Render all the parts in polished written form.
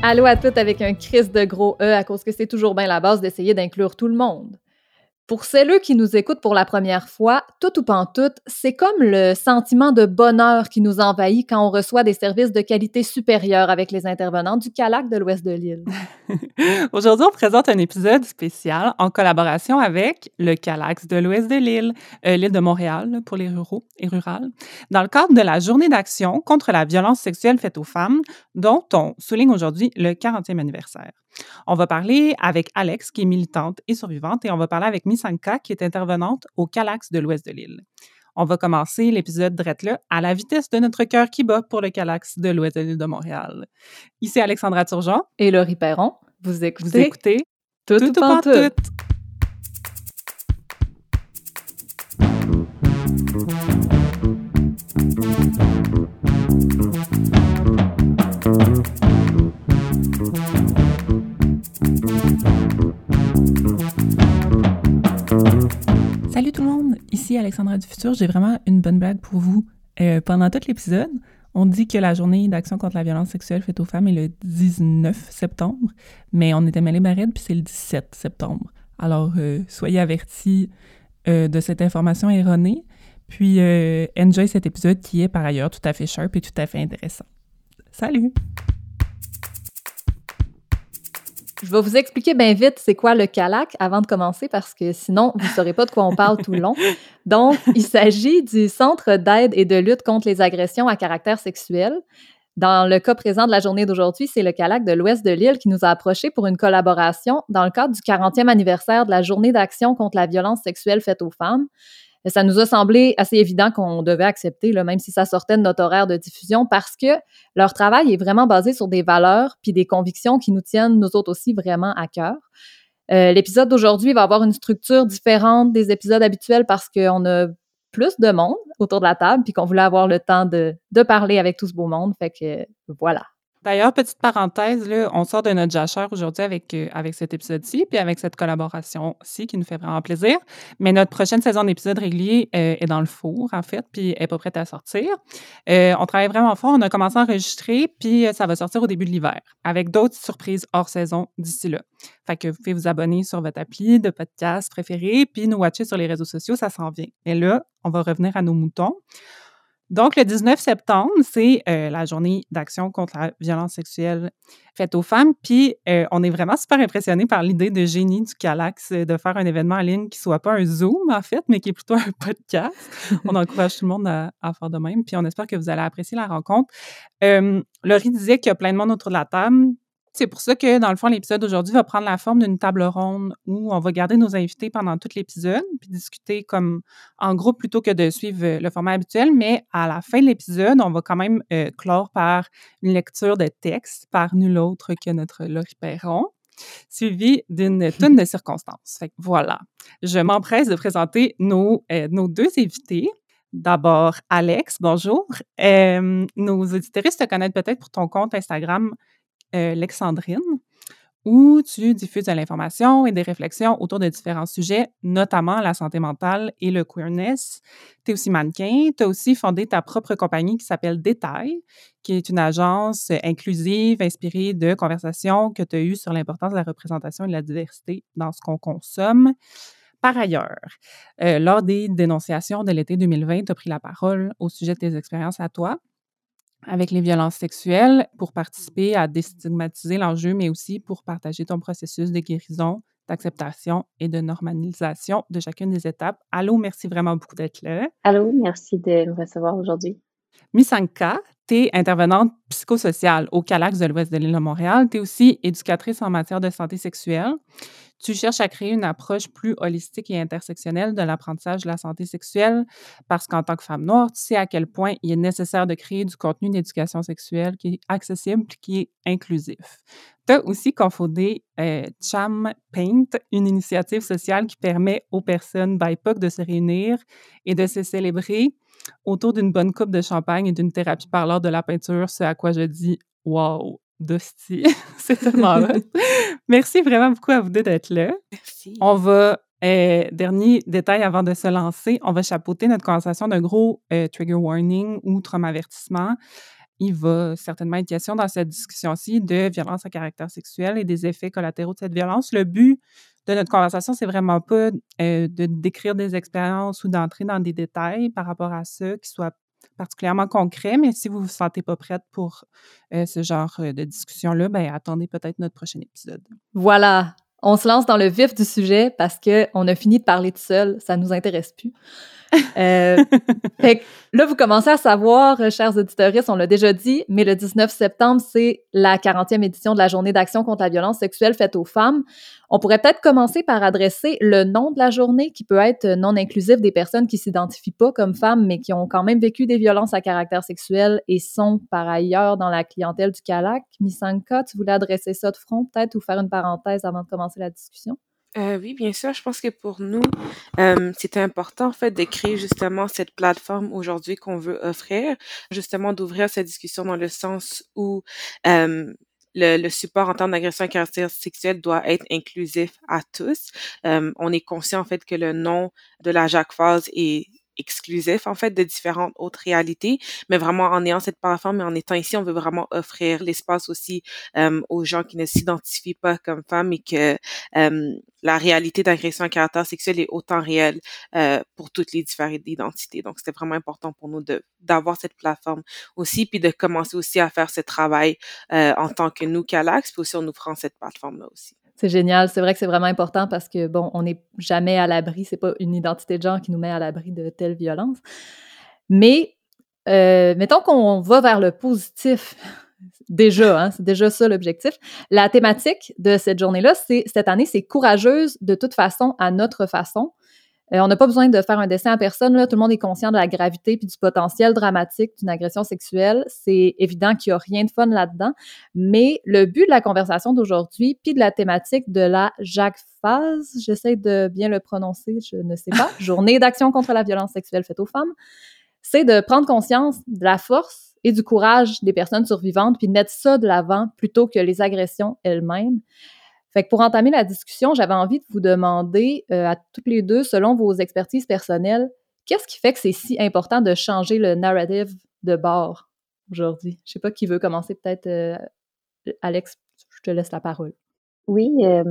Allô à toutes avec un Christ de gros E à cause que c'est toujours bien la base d'essayer d'inclure tout le monde. Pour celles qui nous écoutent pour la première fois, tout ou pantoute, c'est comme le sentiment de bonheur qui nous envahit quand on reçoit des services de qualité supérieure avec les intervenants du Calac de l'Ouest de l'île. Aujourd'hui, on présente un épisode spécial en collaboration avec le Calax de l'Ouest de l'île, l'île de Montréal là, pour les ruraux et rurales, dans le cadre de la Journée d'action contre la violence sexuelle faite aux femmes, dont on souligne aujourd'hui le 40e anniversaire. On va parler avec Alex, qui est militante et survivante, et on va parler avec Misanka, qui est intervenante au Calax de l'Ouest de l'île. On va commencer l'épisode drette là à la vitesse de notre cœur qui bat pour le Calax de l'Ouest de l'île de Montréal. Ici Alexandra Turgeon. Et Laurie Perron, vous écoutez Tout ou pantoute. Salut tout le monde, ici Alexandra du futur. J'ai vraiment une bonne blague pour vous. Pendant tout l'épisode, on dit que la journée d'action contre la violence sexuelle faite aux femmes est le 19 septembre, mais on était mêlés barrettes puis c'est le 17 septembre. Alors, soyez avertis de cette information erronée, puis enjoy cet épisode qui est par ailleurs tout à fait sharp et tout à fait intéressant. Salut! Je vais vous expliquer bien vite c'est quoi le Calac avant de commencer parce que sinon, vous ne saurez pas de quoi on parle tout le long. Donc, il s'agit du Centre d'aide et de lutte contre les agressions à caractère sexuel. Dans le cas présent de la journée d'aujourd'hui, c'est le Calac de l'Ouest de l'île qui nous a approchés pour une collaboration dans le cadre du 40e anniversaire de la Journée d'action contre la violence sexuelle faite aux femmes. Et ça nous a semblé assez évident qu'on devait accepter, là, même si ça sortait de notre horaire de diffusion, parce que leur travail est vraiment basé sur des valeurs puis des convictions qui nous tiennent, nous autres aussi, vraiment à cœur. L'épisode d'aujourd'hui va avoir une structure différente des épisodes habituels parce qu'on a plus de monde autour de la table puis qu'on voulait avoir le temps de parler avec tout ce beau monde. Fait que voilà. D'ailleurs, petite parenthèse, là, on sort de notre jachère aujourd'hui avec cet épisode-ci, puis avec cette collaboration-ci qui nous fait vraiment plaisir. Mais notre prochaine saison d'épisodes réguliers est dans le four, en fait, puis elle n'est pas prête à sortir. On travaille vraiment fort. On a commencé à enregistrer, puis ça va sortir au début de l'hiver, avec d'autres surprises hors saison d'ici là. Fait que vous pouvez vous abonner sur votre appli de podcast préféré, puis nous watcher sur les réseaux sociaux, ça s'en vient. Et là, on va revenir à nos moutons. Donc, le 19 septembre, c'est la journée d'action contre la violence sexuelle faite aux femmes. Puis, on est vraiment super impressionnés par l'idée de génie du Calax de faire un événement en ligne qui soit pas un Zoom, en fait, mais qui est plutôt un podcast. On encourage tout le monde à faire de même. Puis, on espère que vous allez apprécier la rencontre. Laurie disait qu'il y a plein de monde autour de la table. C'est pour ça que, dans le fond, l'épisode d'aujourd'hui va prendre la forme d'une table ronde où on va garder nos invités pendant tout l'épisode puis discuter comme en groupe plutôt que de suivre le format habituel. Mais à la fin de l'épisode, on va quand même clore par une lecture de texte par nul autre que notre Laurie Perron, suivie d'une toune de circonstances. Fait que voilà. Je m'empresse de présenter nos deux invités. D'abord, Alex, bonjour. Nos auditeurs te connaissent peut-être pour ton compte Instagram Lexandrine, où tu diffuses de l'information et des réflexions autour de différents sujets, notamment la santé mentale et le queerness. Tu es aussi mannequin. Tu as aussi fondé ta propre compagnie qui s'appelle Détail, qui est une agence inclusive inspirée de conversations que tu as eues sur l'importance de la représentation et de la diversité dans ce qu'on consomme. Par ailleurs, lors des dénonciations de l'été 2020, tu as pris la parole au sujet de tes expériences à toi avec les violences sexuelles pour participer à déstigmatiser l'enjeu, mais aussi pour partager ton processus de guérison, d'acceptation et de normalisation de chacune des étapes. Allô, merci vraiment beaucoup d'être là. Allô, merci de me recevoir aujourd'hui. Misanka, tu es intervenante psychosociale au Calax de l'Ouest de l'île de Montréal. Tu es aussi éducatrice en matière de santé sexuelle. Tu cherches à créer une approche plus holistique et intersectionnelle de l'apprentissage de la santé sexuelle parce qu'en tant que femme noire, tu sais à quel point il est nécessaire de créer du contenu d'éducation sexuelle qui est accessible et qui est inclusif. Tu as aussi confondé Cham Paint, une initiative sociale qui permet aux personnes BIPOC de se réunir et de se célébrer autour d'une bonne coupe de champagne et d'une thérapie par l'art de la peinture, ce à quoi je dis « wow ». D'hostie. C'est tellement hot. Merci vraiment beaucoup à vous deux d'être là. Merci. On va, dernier détail avant de se lancer, on va chapeauter notre conversation d'un gros trigger warning ou trauma-avertissement. il va certainement être question dans cette discussion-ci de violence à caractère sexuel et des effets collatéraux de cette violence. Le but de notre conversation, c'est vraiment pas de décrire des expériences ou d'entrer dans des détails par rapport à ça qui soient particulièrement concrets, mais si vous vous sentez pas prête pour ce genre de discussion-là, ben attendez peut-être notre prochain épisode. Voilà, on se lance dans le vif du sujet parce qu'on a fini de parler tout seul, ça nous intéresse plus. Fait que là, vous commencez à savoir, chers auditeurs, on l'a déjà dit, mais le 19 septembre, c'est la 40e édition de la Journée d'action contre la violence sexuelle faite aux femmes. On pourrait peut-être commencer par adresser le nom de la journée qui peut être non inclusif des personnes qui s'identifient pas comme femmes, mais qui ont quand même vécu des violences à caractère sexuel et sont par ailleurs dans la clientèle du CALAC. Misanka, tu voulais adresser ça de front peut-être ou faire une parenthèse avant de commencer la discussion? Oui, bien sûr. Je pense que pour nous, c'était important en fait de créer justement cette plateforme aujourd'hui qu'on veut offrir, justement d'ouvrir cette discussion dans le sens où le support en termes d'agression à caractère sexuel doit être inclusif à tous. On est conscient en fait que le nom de la Jacques Falls est exclusif en fait de différentes autres réalités, mais vraiment en ayant cette plateforme et en étant ici, on veut vraiment offrir l'espace aussi aux gens qui ne s'identifient pas comme femmes et que la réalité d'agression à caractère sexuel est autant réelle pour toutes les différentes identités. Donc, c'était vraiment important pour nous d'avoir cette plateforme aussi, puis de commencer aussi à faire ce travail en tant que nous, Calax, puis aussi en offrant cette plateforme-là aussi. C'est génial. C'est vrai que c'est vraiment important parce que, bon, on n'est jamais à l'abri. C'est pas une identité de genre qui nous met à l'abri de telle violence. Mais, mettons qu'on va vers le positif. Déjà, hein, c'est déjà ça l'objectif. La thématique de cette journée-là, cette année, c'est courageuse de toute façon à notre façon. On n'a pas besoin de faire un dessin à personne, là. Tout le monde est conscient de la gravité puis du potentiel dramatique d'une agression sexuelle. C'est évident qu'il n'y a rien de fun là-dedans. Mais le but de la conversation d'aujourd'hui puis de la thématique de la Jacques Falls, j'essaie de bien le prononcer, je ne sais pas, Journée d'action contre la violence sexuelle faite aux femmes, c'est de prendre conscience de la force et du courage des personnes survivantes puis de mettre ça de l'avant plutôt que les agressions elles-mêmes. Fait que pour entamer la discussion, j'avais envie de vous demander à toutes les deux, selon vos expertises personnelles, qu'est-ce qui fait que c'est si important de changer le narrative de bord aujourd'hui? Je sais pas qui veut commencer, peut-être Alex, je te laisse la parole. Oui,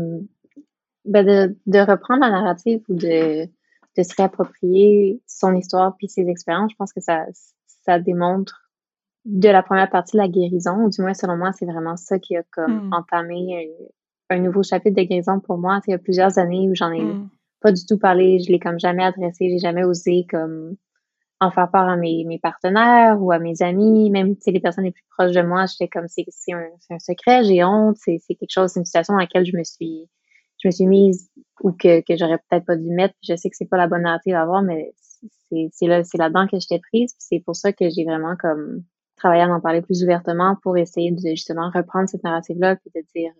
de reprendre la narrative ou de se réapproprier son histoire puis ses expériences, je pense que ça démontre de la première partie de la guérison, ou du moins selon moi, c'est vraiment ça qui a comme entamé un nouveau chapitre de guérison pour moi. Il y a plusieurs années où j'en ai pas du tout parlé, je l'ai comme jamais adressé, j'ai jamais osé comme en faire part à mes partenaires ou à mes amis, même les personnes les plus proches de moi, j'étais comme c'est un secret, j'ai honte, c'est quelque chose, c'est une situation dans laquelle je me suis mise ou que j'aurais peut-être pas dû mettre. Je sais que c'est pas la bonne narrative à avoir, mais c'est là-dedans que j'étais prise. Puis c'est pour ça que j'ai vraiment comme travaillé à en parler plus ouvertement pour essayer de justement reprendre cette narrative-là puis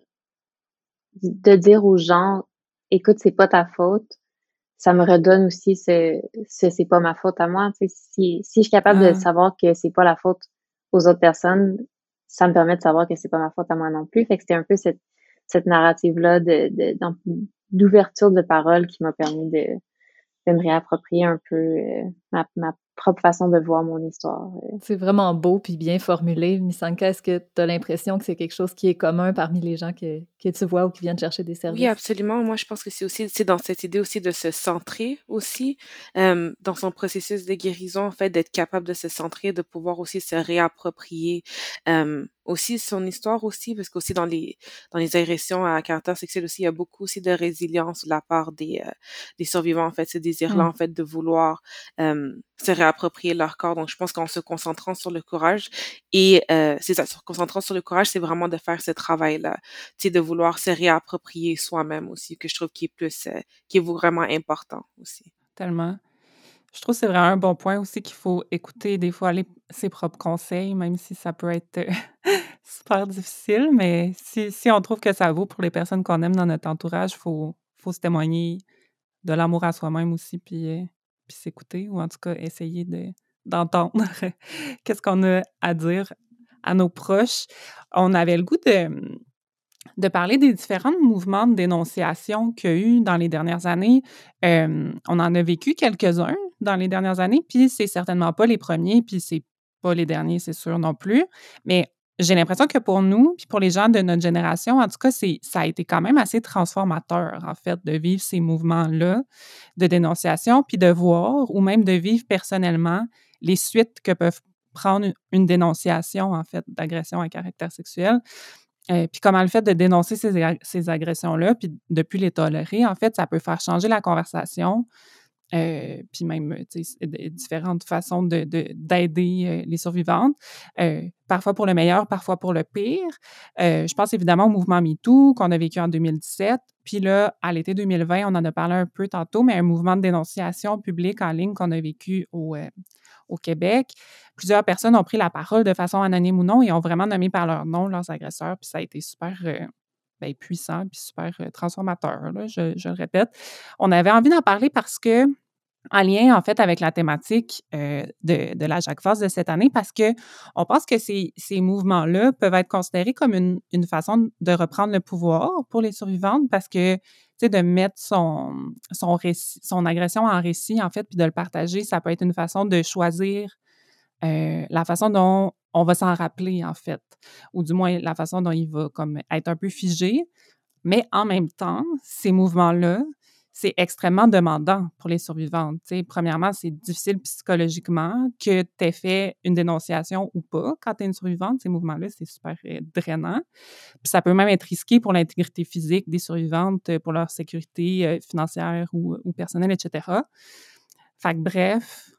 de dire aux gens, écoute, c'est pas ta faute. Ça me redonne aussi c'est pas ma faute à moi. Tu sais, si je suis capable de savoir que c'est pas la faute aux autres personnes, ça me permet de savoir que c'est pas ma faute à moi non plus. Fait que c'était un peu cette narrative-là d'ouverture de parole qui m'a permis de me réapproprier un peu ma propre façon de voir mon histoire. C'est vraiment beau puis bien formulé. Misanka, est-ce que tu as l'impression que c'est quelque chose qui est commun parmi les gens que tu vois ou qui viennent chercher des services? Oui, absolument. Moi, je pense que c'est dans cette idée aussi de se centrer aussi dans son processus de guérison, en fait, d'être capable de se centrer, de pouvoir aussi se réapproprier aussi son histoire aussi, parce qu'aussi dans les agressions à caractère sexuel aussi, il y a beaucoup aussi de résilience de la part des survivants, en fait, ce désir-là, en fait, de vouloir se réapproprier leur corps. Donc, je pense qu'en se concentrant sur le courage et c'est ça, se concentrant sur le courage, c'est vraiment de faire ce travail-là, tu sais, de vouloir se réapproprier soi-même aussi, que je trouve qui est plus, qui est vraiment important aussi. Tellement. Je trouve que c'est vraiment un bon point aussi qu'il faut écouter des fois ses propres conseils, même si ça peut être super difficile, mais si on trouve que ça vaut pour les personnes qu'on aime dans notre entourage, faut se témoigner de l'amour à soi-même aussi, puis s'écouter, ou en tout cas essayer d'entendre qu'est-ce qu'on a à dire à nos proches. On avait le goût de parler des différents mouvements de dénonciation qu'il y a eu dans les dernières années. On en a vécu quelques-uns dans les dernières années, puis c'est certainement pas les premiers, puis c'est pas les derniers, c'est sûr non plus. Mais j'ai l'impression que pour nous, puis pour les gens de notre génération, en tout cas, ça a été quand même assez transformateur, en fait, de vivre ces mouvements-là de dénonciation, puis de voir, ou même de vivre personnellement, les suites que peuvent prendre une dénonciation, en fait, d'agression à caractère sexuel. Puis comment le fait de dénoncer ces agressions-là, puis de plus les tolérer, en fait, ça peut faire changer la conversation. Puis même, tu sais, différentes façons d'aider les survivantes, parfois pour le meilleur, parfois pour le pire. Je pense évidemment au mouvement MeToo qu'on a vécu en 2017. Puis là, à l'été 2020, on en a parlé un peu tantôt, mais un mouvement de dénonciation publique en ligne qu'on a vécu au Québec. Plusieurs personnes ont pris la parole de façon anonyme ou non et ont vraiment nommé par leur nom leurs agresseurs. Puis ça a été super puissant puis super transformateur, là, je le répète. On avait envie d'en parler parce que, en lien, en fait, avec la thématique de la Jacques Fasse de cette année, parce qu'on pense que ces mouvements-là peuvent être considérés comme une façon de reprendre le pouvoir pour les survivantes, parce que, tu sais, de mettre son récit, son agression en récit, en fait, puis de le partager, ça peut être une façon de choisir la façon dont on va s'en rappeler, en fait, ou du moins la façon dont il va comme être un peu figé. Mais en même temps, ces mouvements-là, c'est extrêmement demandant pour les survivantes. Tu sais, premièrement, c'est difficile psychologiquement que tu aies fait une dénonciation ou pas. Quand tu es une survivante, ces mouvements-là, c'est super drainant. Puis ça peut même être risqué pour l'intégrité physique des survivantes, pour leur sécurité financière ou personnelle, etc. Fait que bref,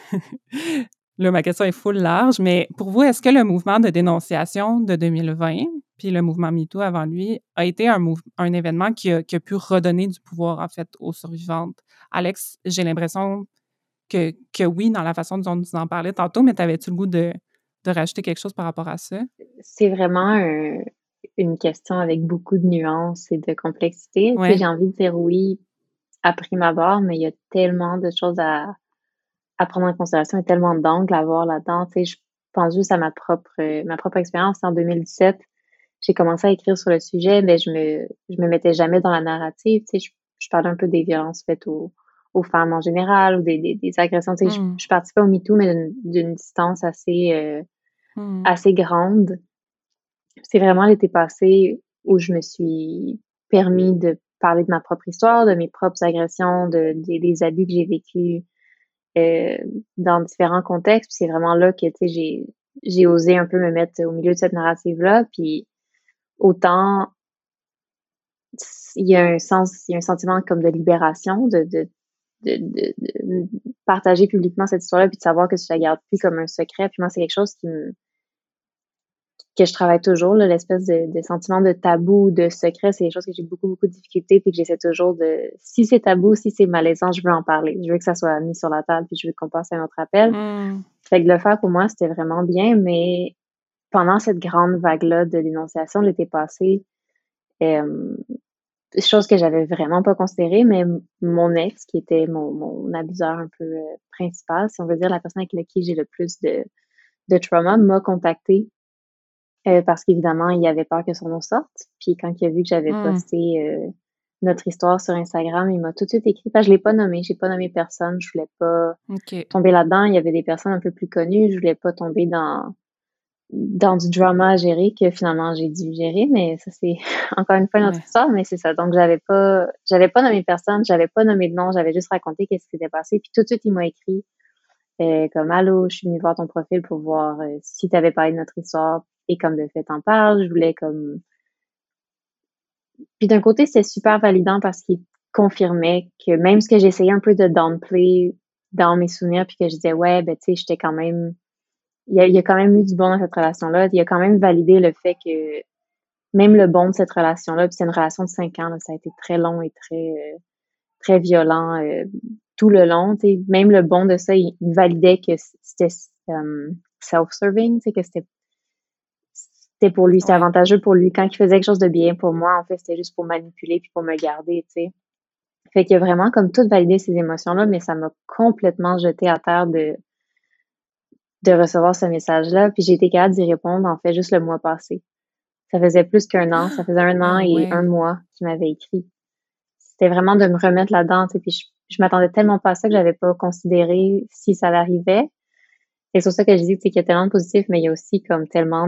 là, ma question est full large, mais pour vous, est-ce que le mouvement de dénonciation de 2020, puis le mouvement MeToo avant lui, a été un événement qui a pu redonner du pouvoir, en fait, aux survivantes? Alex, j'ai l'impression que oui, dans la façon dont tu en parlais tantôt, mais t'avais-tu le goût de rajouter quelque chose par rapport à ça? C'est vraiment une question avec beaucoup de nuances et de complexité. Tu sais, Ouais. j'ai envie de dire oui à prime abord, mais il y a tellement de choses à prendre en considération et tellement d'angles à voir là-dedans. Tu sais, je pense juste à ma propre expérience. En 2017, j'ai commencé à écrire sur le sujet, mais je me mettais jamais dans la narrative. Tu sais, je parlais un peu des violences faites aux femmes en général ou des agressions. Tu sais, je participais au MeToo, mais d'une distance assez grande. C'est vraiment l'été passé où je me suis permis de parler de ma propre histoire, de mes propres agressions, des abus que j'ai vécus dans différents contextes. Puis c'est vraiment là que, tu sais, j'ai osé un peu me mettre au milieu de cette narrative-là. Puis autant il y a un sentiment comme de libération, de partager publiquement cette histoire-là, puis de savoir que tu la gardes plus comme un secret. Puis moi, c'est quelque chose que je travaille toujours, là, l'espèce de sentiment de tabou, de secret, c'est quelque chose que j'ai beaucoup, beaucoup de difficultés, puis que j'essaie toujours si c'est tabou, si c'est malaisant, je veux en parler. Je veux que ça soit mis sur la table, puis je veux qu'on passe à un autre appel. Fait que de le faire, pour moi, c'était vraiment bien, mais pendant cette grande vague-là de dénonciation l'été passé, chose que j'avais vraiment pas considérée, mais mon ex, qui était mon abuseur un peu principal, si on veut dire, la personne avec qui j'ai le plus de trauma, m'a contactée parce qu'évidemment, il avait peur que son nom sorte. Puis quand il a vu que j'avais posté notre histoire sur Instagram, il m'a tout de suite écrit. Parce que je l'ai pas nommé, j'ai pas nommé personne. Je voulais pas tomber là-dedans. Il y avait des personnes un peu plus connues. Je voulais pas tomber dans du drama à gérer que finalement j'ai dû gérer. Mais ça, c'est encore une fois une autre histoire. Mais c'est ça. Donc j'avais pas nommé personne. J'avais pas nommé de nom. J'avais juste raconté qu'est-ce qui s'était passé. Puis tout de suite, il m'a écrit comme allô, je suis venue voir ton profil pour voir si tu avais parlé de notre histoire. Et comme de fait en parle, je voulais comme... Puis d'un côté, c'était super validant parce qu'il confirmait que même ce que j'essayais un peu de downplay dans mes souvenirs, puis que je disais, ouais, ben tu sais, j'étais quand même... Il y a quand même eu du bon dans cette relation-là. Il a quand même validé le fait que même le bon de cette relation-là, puis c'est une relation de 5 ans, là, ça a été très long et très violent tout le long. Tu sais, même le bon de ça, il validait que c'était self-serving, tu sais, que c'était pour lui, c'était avantageux pour lui. Quand il faisait quelque chose de bien pour moi, en fait, c'était juste pour manipuler puis pour me garder, tu sais. Fait qu'il a vraiment comme tout validé ces émotions-là, mais ça m'a complètement jeté à terre de recevoir ce message-là. Puis j'ai été capable d'y répondre, en fait, juste le mois passé. Ça faisait plus qu'un an. Ça faisait 1 an et 1 mois qu'il m'avait écrit. C'était vraiment de me remettre là-dedans, tu sais. Puis je m'attendais tellement pas à ça que j'avais pas considéré si ça l'arrivait. Et c'est pour ça que je dis, tu sais, qu'il y a tellement de positifs, mais il y a aussi comme tellement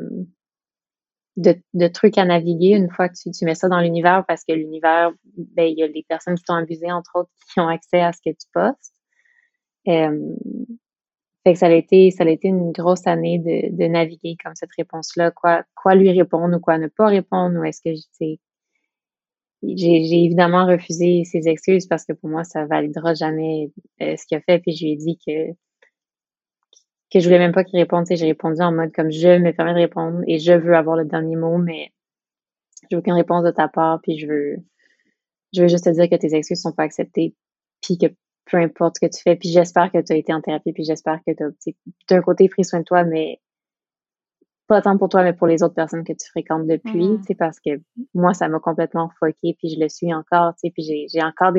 de trucs à naviguer une fois que tu mets ça dans l'univers, parce que l'univers, ben, il y a des personnes qui t'ont abusé, entre autres, qui ont accès à ce que tu postes. Fait que ça a été une grosse année de naviguer comme cette réponse-là, quoi lui répondre ou quoi ne pas répondre, ou est-ce que, tu sais, j'ai évidemment refusé ses excuses parce que pour moi, ça validera jamais ce qu'il a fait, puis je lui ai dit que je voulais même pas qu'il réponde, tu sais, j'ai répondu en mode comme je me permets de répondre et je veux avoir le dernier mot, mais j'ai aucune réponse de ta part, puis je veux juste te dire que tes excuses sont pas acceptées, puis que peu importe ce que tu fais, puis j'espère que tu as été en thérapie, puis j'espère que tu as, d'un côté, pris soin de toi, mais pas tant pour toi, mais pour les autres personnes que tu fréquentes depuis, tu sais, parce que moi, ça m'a complètement fucké, puis je le suis encore, tu sais, puis j'ai encore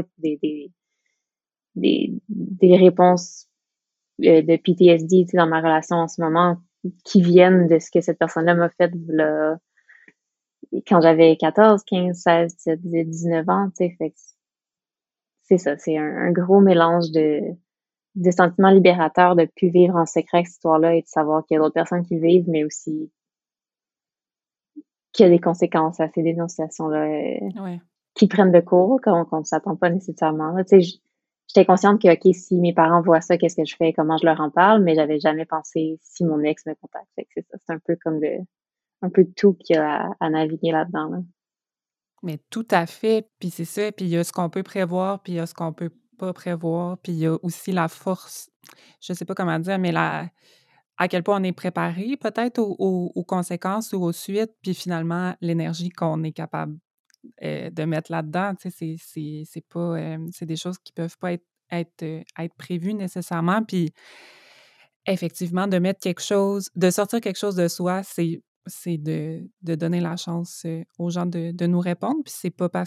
des réponses de PTSD, tu sais, dans ma relation en ce moment, qui viennent de ce que cette personne-là m'a fait là, quand j'avais 14, 15, 16, 17, 18, 19 ans, tu sais, fait que c'est ça, c'est un gros mélange de sentiments libérateurs de plus vivre en secret cette histoire-là et de savoir qu'il y a d'autres personnes qui le vivent, mais aussi qu'il y a des conséquences à ces dénonciations-là Ouais. qui prennent de court, qu'on ne s'attend pas nécessairement. Tu sais, j'étais consciente que, OK, si mes parents voient ça, qu'est-ce que je fais, comment je leur en parle, mais j'avais jamais pensé si mon ex me contacte. Fait que c'est ça, c'est un peu comme un peu de tout qu'il y a à naviguer là-dedans, là. Mais tout à fait, puis c'est ça, puis il y a ce qu'on peut prévoir, puis il y a ce qu'on peut pas prévoir, puis il y a aussi la force, je sais pas comment dire, mais à quel point on est préparé peut-être aux conséquences ou aux suites, puis finalement l'énergie qu'on est capable de mettre là-dedans, tu sais, c'est pas, c'est des choses qui peuvent pas être prévues nécessairement, puis effectivement, de mettre quelque chose, de sortir quelque chose de soi, c'est de donner la chance aux gens de nous répondre. Puis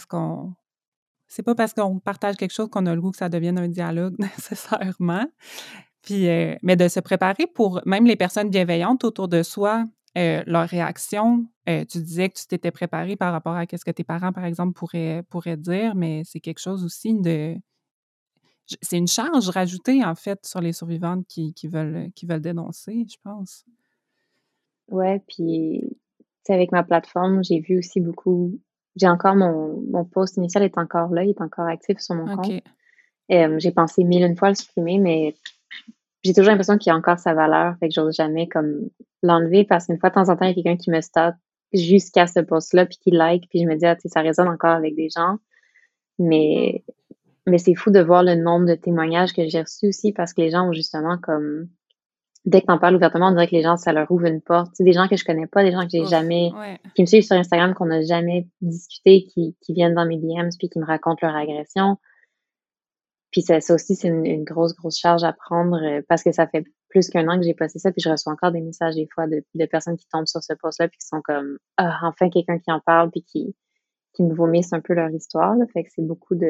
c'est pas parce qu'on partage quelque chose qu'on a le goût que ça devienne un dialogue nécessairement. Puis, mais de se préparer pour même les personnes bienveillantes autour de soi, leurs réactions. Tu disais que tu t'étais préparée par rapport à ce que tes parents, par exemple, pourraient dire, mais c'est quelque chose aussi c'est une charge rajoutée, en fait, sur les survivantes qui veulent dénoncer, je pense. Ouais, puis, tu sais, avec ma plateforme, j'ai vu aussi beaucoup. J'ai encore mon post initial est encore là, il est encore actif sur mon compte. OK. J'ai pensé mille une fois à le supprimer, mais j'ai toujours l'impression qu'il a encore sa valeur, fait que j'ose jamais comme l'enlever parce qu'une fois de temps en temps, il y a quelqu'un qui me stalk jusqu'à ce post-là, puis qui like, puis je me dis, ah, tu sais, ça résonne encore avec des gens. Mais, mais c'est fou de voir le nombre de témoignages que j'ai reçus aussi parce que les gens ont justement comme, dès que t'en parles ouvertement, on dirait que les gens, ça leur ouvre une porte. Tu sais, des gens que je connais pas, des gens que j'ai Ouf, jamais, ouais. qui me suivent sur Instagram, qu'on n'a jamais discuté, qui viennent dans mes DMs puis qui me racontent leur agression. Puis ça aussi, c'est une grosse, grosse charge à prendre parce que ça fait plus qu'un an que j'ai posté ça, puis je reçois encore des messages des fois de personnes qui tombent sur ce post-là puis qui sont comme ah, enfin quelqu'un qui en parle puis qui me vomissent un peu leur histoire. Là. Fait que c'est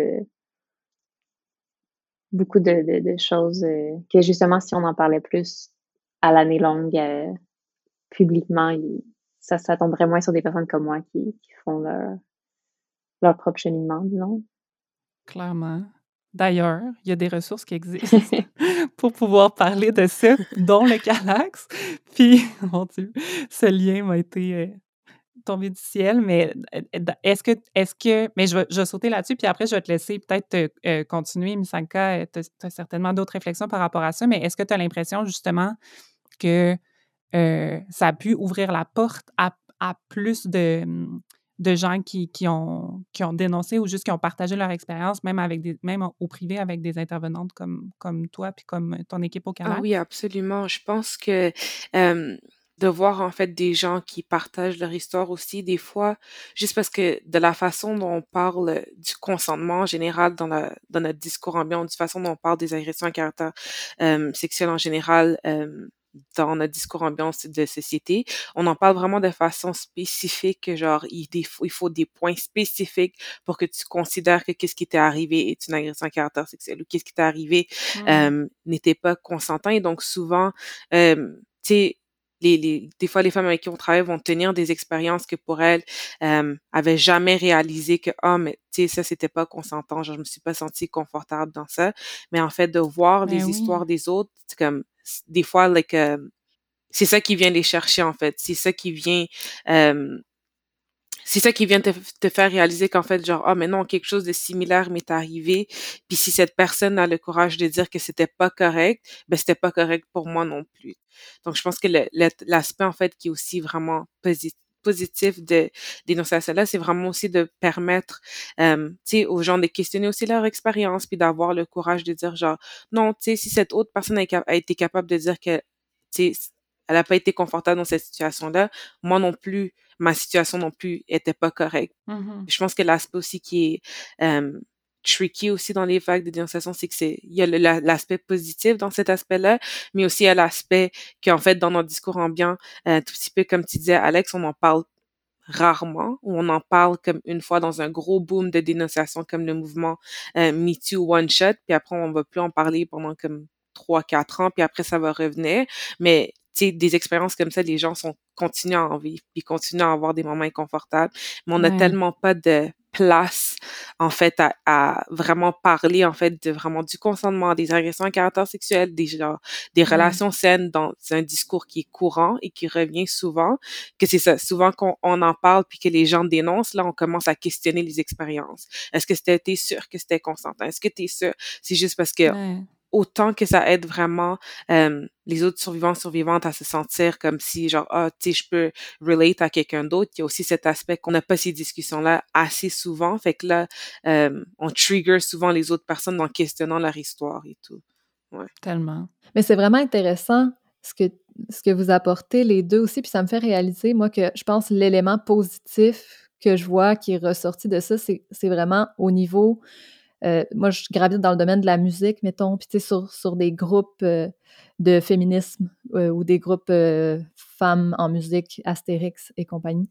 beaucoup de choses que justement, si on en parlait plus à l'année longue, publiquement, ça tomberait moins sur des personnes comme moi qui font leur propre cheminement, disons. Clairement. D'ailleurs, il y a des ressources qui existent pour pouvoir parler de ça, dont le Calax. Puis, mon Dieu, ce lien m'a été tombé du ciel, mais est-ce que mais je vais sauter là-dessus, puis après, je vais te laisser peut-être continuer, Misanka, tu as certainement d'autres réflexions par rapport à ça, mais est-ce que tu as l'impression, justement, que ça a pu ouvrir la porte à plus de gens qui ont dénoncé ou juste qui ont partagé leur expérience, même au privé avec des intervenantes comme toi puis comme ton équipe au Ah Calax? oui, absolument. Je pense que de voir en fait des gens qui partagent leur histoire aussi, des fois, juste parce que de la façon dont on parle du consentement en général dans notre discours ambiant, de la façon dont on parle des agressions à caractère sexuel en général dans notre discours ambiant de société, on en parle vraiment de façon spécifique, que genre il faut des points spécifiques pour que tu considères que qu'est-ce qui t'est arrivé est une agression à caractère sexuel ou qu'est-ce qui t'est arrivé n'était pas consentant. Et donc souvent, tu sais, des fois, les femmes avec qui on travaille vont tenir des expériences que pour elles, avaient jamais réalisé que, ah, mais tu sais, ça, c'était pas consentant. Genre, je me suis pas sentie confortable dans ça. Mais en fait, de voir Ben les oui. histoires des autres, c'est comme, des fois, c'est ça qui vient les chercher, en fait. C'est ça qui vient te faire réaliser qu'en fait, genre, mais non, quelque chose de similaire m'est arrivé. Puis si cette personne a le courage de dire que c'était pas correct, ben c'était pas correct pour moi non plus. Donc, je pense que l'aspect, en fait, qui est aussi vraiment positif de dénonciation-là, c'est vraiment aussi de permettre, tu sais, aux gens de questionner aussi leur expérience, puis d'avoir le courage de dire, genre, non, tu sais, si cette autre personne a été capable de dire que, tu sais, elle n'a pas été confortable dans cette situation-là, moi non plus, ma situation non plus était pas correcte. Je pense que l'aspect aussi qui est tricky aussi dans les vagues de dénonciation, c'est que il y a l'aspect positif dans cet aspect-là, mais aussi il y a l'aspect qu'en fait, dans notre discours ambiant, tout petit peu comme tu disais, Alex, on en parle rarement, ou on en parle comme une fois dans un gros boom de dénonciation comme le mouvement Me Too One Shot, puis après, on va plus en parler pendant comme 3-4 ans, puis après, ça va revenir. Mais tu sais, des expériences comme ça, les gens continuent à en vivre, puis continuent à avoir des moments inconfortables. Mais on n'a tellement pas de place, en fait, à vraiment parler, en fait, vraiment du consentement, des agressions à caractère sexuel, des relations saines dans un discours qui est courant et qui revient souvent, que c'est ça, souvent qu'on en parle puis que les gens dénoncent, là, on commence à questionner les expériences. Est-ce que t'es sûr que c'était consentant? Est-ce que t'es sûr? C'est juste parce que autant que ça aide vraiment les autres survivantes à se sentir comme si, genre, tu sais, je peux relate à quelqu'un d'autre, il y a aussi cet aspect qu'on n'a pas ces discussions-là assez souvent. Fait que là, on trigger souvent les autres personnes en questionnant leur histoire et tout. Ouais. Tellement. Mais c'est vraiment intéressant ce que vous apportez les deux aussi, puis ça me fait réaliser, moi, que je pense l'élément positif que je vois qui est ressorti de ça, c'est vraiment au niveau... moi, je gravite dans le domaine de la musique, mettons, puis tu sais, sur des groupes de féminisme ou des groupes femmes en musique, Astérix et compagnie.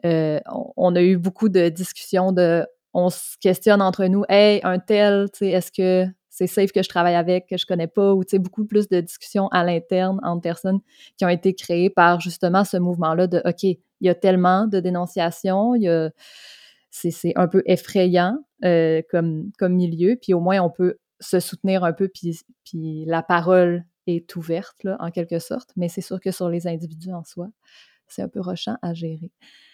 On a eu beaucoup de discussions on se questionne entre nous, « Hey, un tel, tu sais, est-ce que c'est safe que je travaille avec, que je connais pas? » Ou tu sais, beaucoup plus de discussions à l'interne entre personnes qui ont été créées par justement ce mouvement-là de « OK, il y a tellement de dénonciations, c'est un peu effrayant comme milieu, puis au moins on peut se soutenir un peu, puis la parole est ouverte, là, en quelque sorte, mais c'est sûr que sur les individus en soi, c'est un peu rushant à gérer.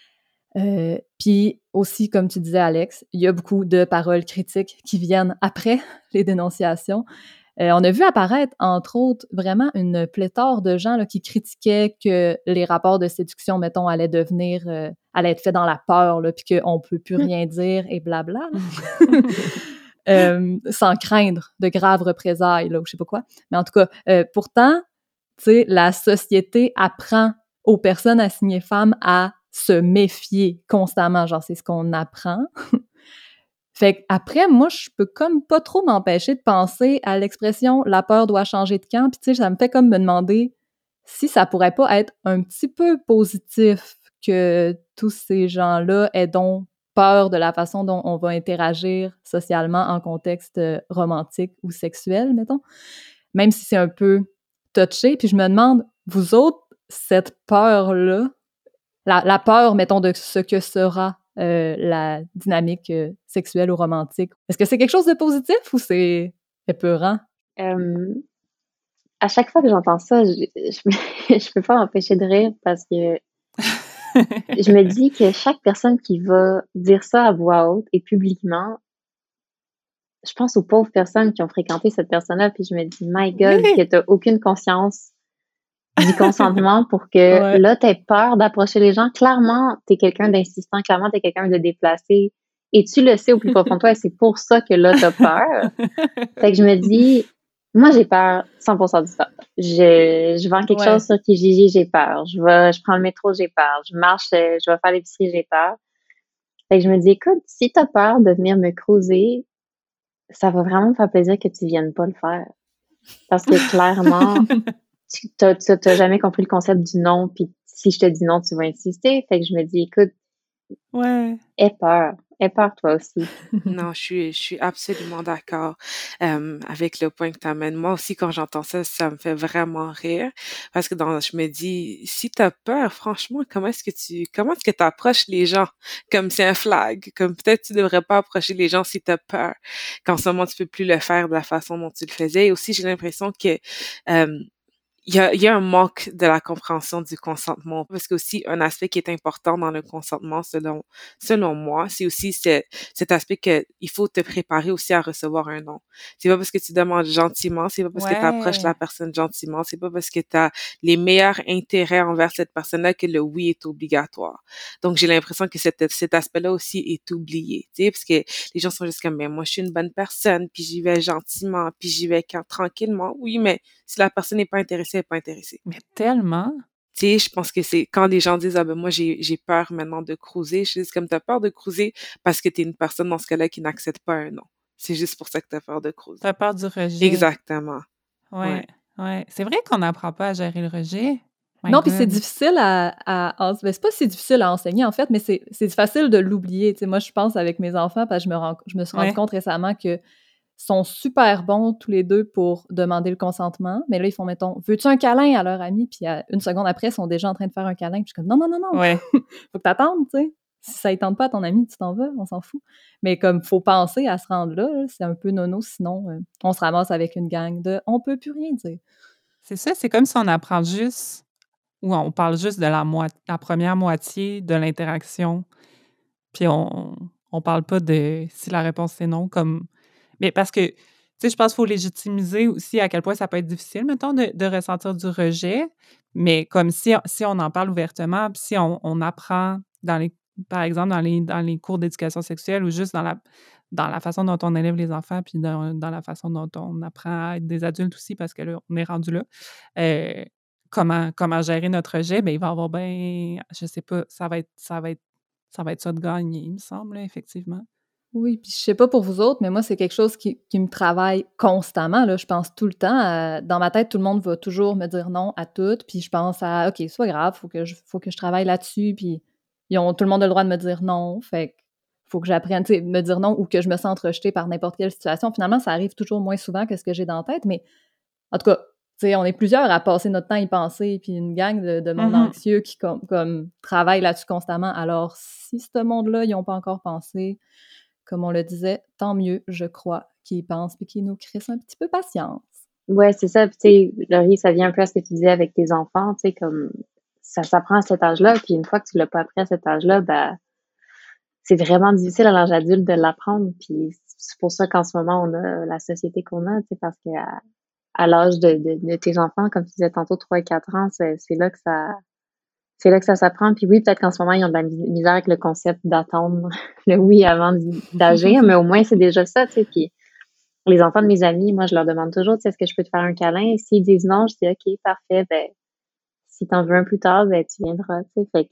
Puis aussi, comme tu disais, Alex, il y a beaucoup de paroles critiques qui viennent après les dénonciations. On a vu apparaître, entre autres, vraiment une pléthore de gens là, qui critiquaient que les rapports de séduction, mettons, allaient être faits dans la peur, là, puis qu'on ne peut plus rien dire et blabla. Sans craindre de graves représailles, là, ou je sais pas quoi. Mais en tout cas, pourtant, tu sais, la société apprend aux personnes assignées femmes à se méfier constamment. Genre, c'est ce qu'on apprend. Fait qu'après, moi, je peux comme pas trop m'empêcher de penser à l'expression « la peur doit changer de camp », puis tu sais, ça me fait comme me demander si ça pourrait pas être un petit peu positif que tous ces gens-là aient donc peur de la façon dont on va interagir socialement en contexte romantique ou sexuel, mettons, même si c'est un peu touché. Puis je me demande, vous autres, cette peur-là, la peur, mettons, de ce que sera la dynamique sexuelle ou romantique. Est-ce que c'est quelque chose de positif ou c'est épeurant? À chaque fois que j'entends ça, je peux pas m'empêcher de rire parce que je me dis que chaque personne qui va dire ça à voix haute et publiquement, je pense aux pauvres personnes qui ont fréquenté cette personne-là, puis je me dis, my God, que t'as aucune conscience du consentement pour que là, t'aies peur d'approcher les gens. Clairement, t'es quelqu'un d'insistant, clairement, t'es quelqu'un de déplacé. Et tu le sais au plus profond de toi, et c'est pour ça que là, t'as peur. Fait que je me dis, moi, j'ai peur 100% du temps. Je vends quelque chose sur Kijiji, j'ai peur. Je prends le métro, j'ai peur. Je marche, je vais faire l'épicerie, j'ai peur. Fait que je me dis, écoute, si t'as peur de venir me creuser, ça va vraiment me faire plaisir que tu viennes pas le faire. Parce que clairement, t'as jamais compris le concept du non, puis si je te dis non, tu vas insister. Fait que je me dis, écoute, aie peur toi aussi. Non, je suis absolument d'accord avec le point que tu amènes. Moi aussi, quand j'entends ça, ça me fait vraiment rire parce que je me dis, si t'as peur, franchement, comment est-ce que t'approches les gens comme c'est un flag, comme peut-être tu devrais pas approcher les gens si t'as peur, qu'en ce moment tu peux plus le faire de la façon dont tu le faisais. Et aussi, j'ai l'impression que il y a un manque de la compréhension du consentement. Parce que aussi, un aspect qui est important dans le consentement, selon moi, c'est aussi cet aspect que il faut te préparer aussi à recevoir un non. C'est pas parce que tu demandes gentiment, c'est pas parce que tu approches la Ouais. personne gentiment, c'est pas parce que tu as les meilleurs intérêts envers cette personne-là que le oui est obligatoire. Donc, j'ai l'impression que cet aspect-là aussi est oublié, tu sais, parce que les gens sont juste comme, mais moi, je suis une bonne personne, puis j'y vais gentiment, puis j'y vais tranquillement. Oui, mais si la personne n'est pas intéressée, elle n'est pas intéressée. Mais tellement. Tu sais, je pense que c'est quand les gens disent, ah ben moi, j'ai peur maintenant de cruiser, je dis comme t'as peur de cruiser parce que t'es une personne dans ce cas-là qui n'accepte pas un non. C'est juste pour ça que t'as peur de cruiser. T'as peur du rejet. Exactement. Ouais, ouais. C'est vrai qu'on n'apprend pas à gérer le rejet. My Non, puis c'est God. difficile ben, c'est pas si difficile à enseigner, en fait, mais c'est facile de l'oublier. Tu sais, moi, je pense avec mes enfants, parce que je me suis rendu Ouais. compte récemment que sont super bons tous les deux pour demander le consentement. Mais là, ils font, mettons, veux-tu un câlin à leur ami? Puis une seconde après, ils sont déjà en train de faire un câlin. Puis je suis comme, non, non, non, non. Ouais. Faut que t'attendes, tu sais. Si ça ne tente pas à ton ami, tu t'en vas, on s'en fout. Mais comme, faut penser à se rendre là, c'est un peu nono, sinon, on se ramasse avec une gang de on peut plus rien dire. C'est ça, c'est comme si on apprend juste, ou on parle juste de la première moitié de l'interaction, puis on parle pas de si la réponse c'est non, comme... Mais parce que, tu sais, je pense qu'il faut légitimiser aussi à quel point ça peut être difficile, mettons, de ressentir du rejet, mais comme si on en parle ouvertement, puis si on apprend par exemple, dans les cours d'éducation sexuelle ou juste dans la façon dont on élève les enfants, puis dans la façon dont on apprend à être des adultes aussi, parce que là, on est rendu là, comment gérer notre rejet, bien, il va y avoir je sais pas, ça va être ça de gagner, il me semble, là, effectivement. Oui, puis je sais pas pour vous autres, mais moi, c'est quelque chose qui me travaille constamment, là. Je pense tout le temps dans ma tête, tout le monde va toujours me dire non à tout, puis je pense à OK, c'est pas grave, faut que je travaille là-dessus, puis tout le monde a le droit de me dire non, fait que faut que j'apprenne, tu sais, me dire non ou que je me sente rejetée par n'importe quelle situation. Finalement, ça arrive toujours moins souvent que ce que j'ai dans la tête, mais en tout cas, tu sais, on est plusieurs à passer notre temps à y penser, puis une gang de monde anxieux qui comme travaille là-dessus constamment. Alors, si ce monde-là, ils ont pas encore pensé, comme on le disait, tant mieux, je crois, qu'ils y pensent puis qu'ils nous crissent un petit peu patience. Ouais, c'est ça. Puis, tu sais, Laurie, ça vient un peu à ce que tu disais avec tes enfants, tu sais, comme ça s'apprend à cet âge-là, puis une fois que tu l'as pas appris à cet âge-là, ben, c'est vraiment difficile à l'âge adulte de l'apprendre. Puis c'est pour ça qu'en ce moment, on a la société qu'on a, tu sais, parce que à l'âge de tes enfants, comme tu disais tantôt, 3 et 4 ans, c'est là que ça s'apprend. Puis oui, peut-être qu'en ce moment, ils ont de la misère avec le concept d'attendre le oui avant d'agir, mais au moins, c'est déjà ça, tu sais. Puis les enfants de mes amis, moi, je leur demande toujours, tu sais, est-ce que je peux te faire un câlin? Et s'ils disent non, je dis, OK, parfait, ben, si t'en veux un plus tard, ben, tu viendras, tu sais. Fait que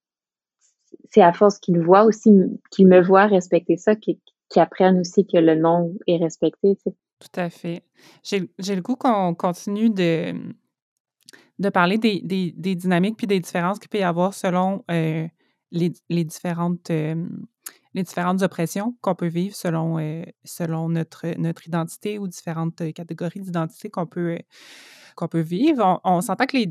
c'est à force qu'ils voient aussi, qu'ils me voient respecter ça, qu'ils apprennent aussi que le non est respecté, tu sais. Tout à fait. J'ai le goût qu'on continue de parler des dynamiques puis des différences qu'il peut y avoir selon les différentes oppressions qu'on peut vivre selon notre identité ou différentes catégories d'identité qu'on peut vivre. On s'entend que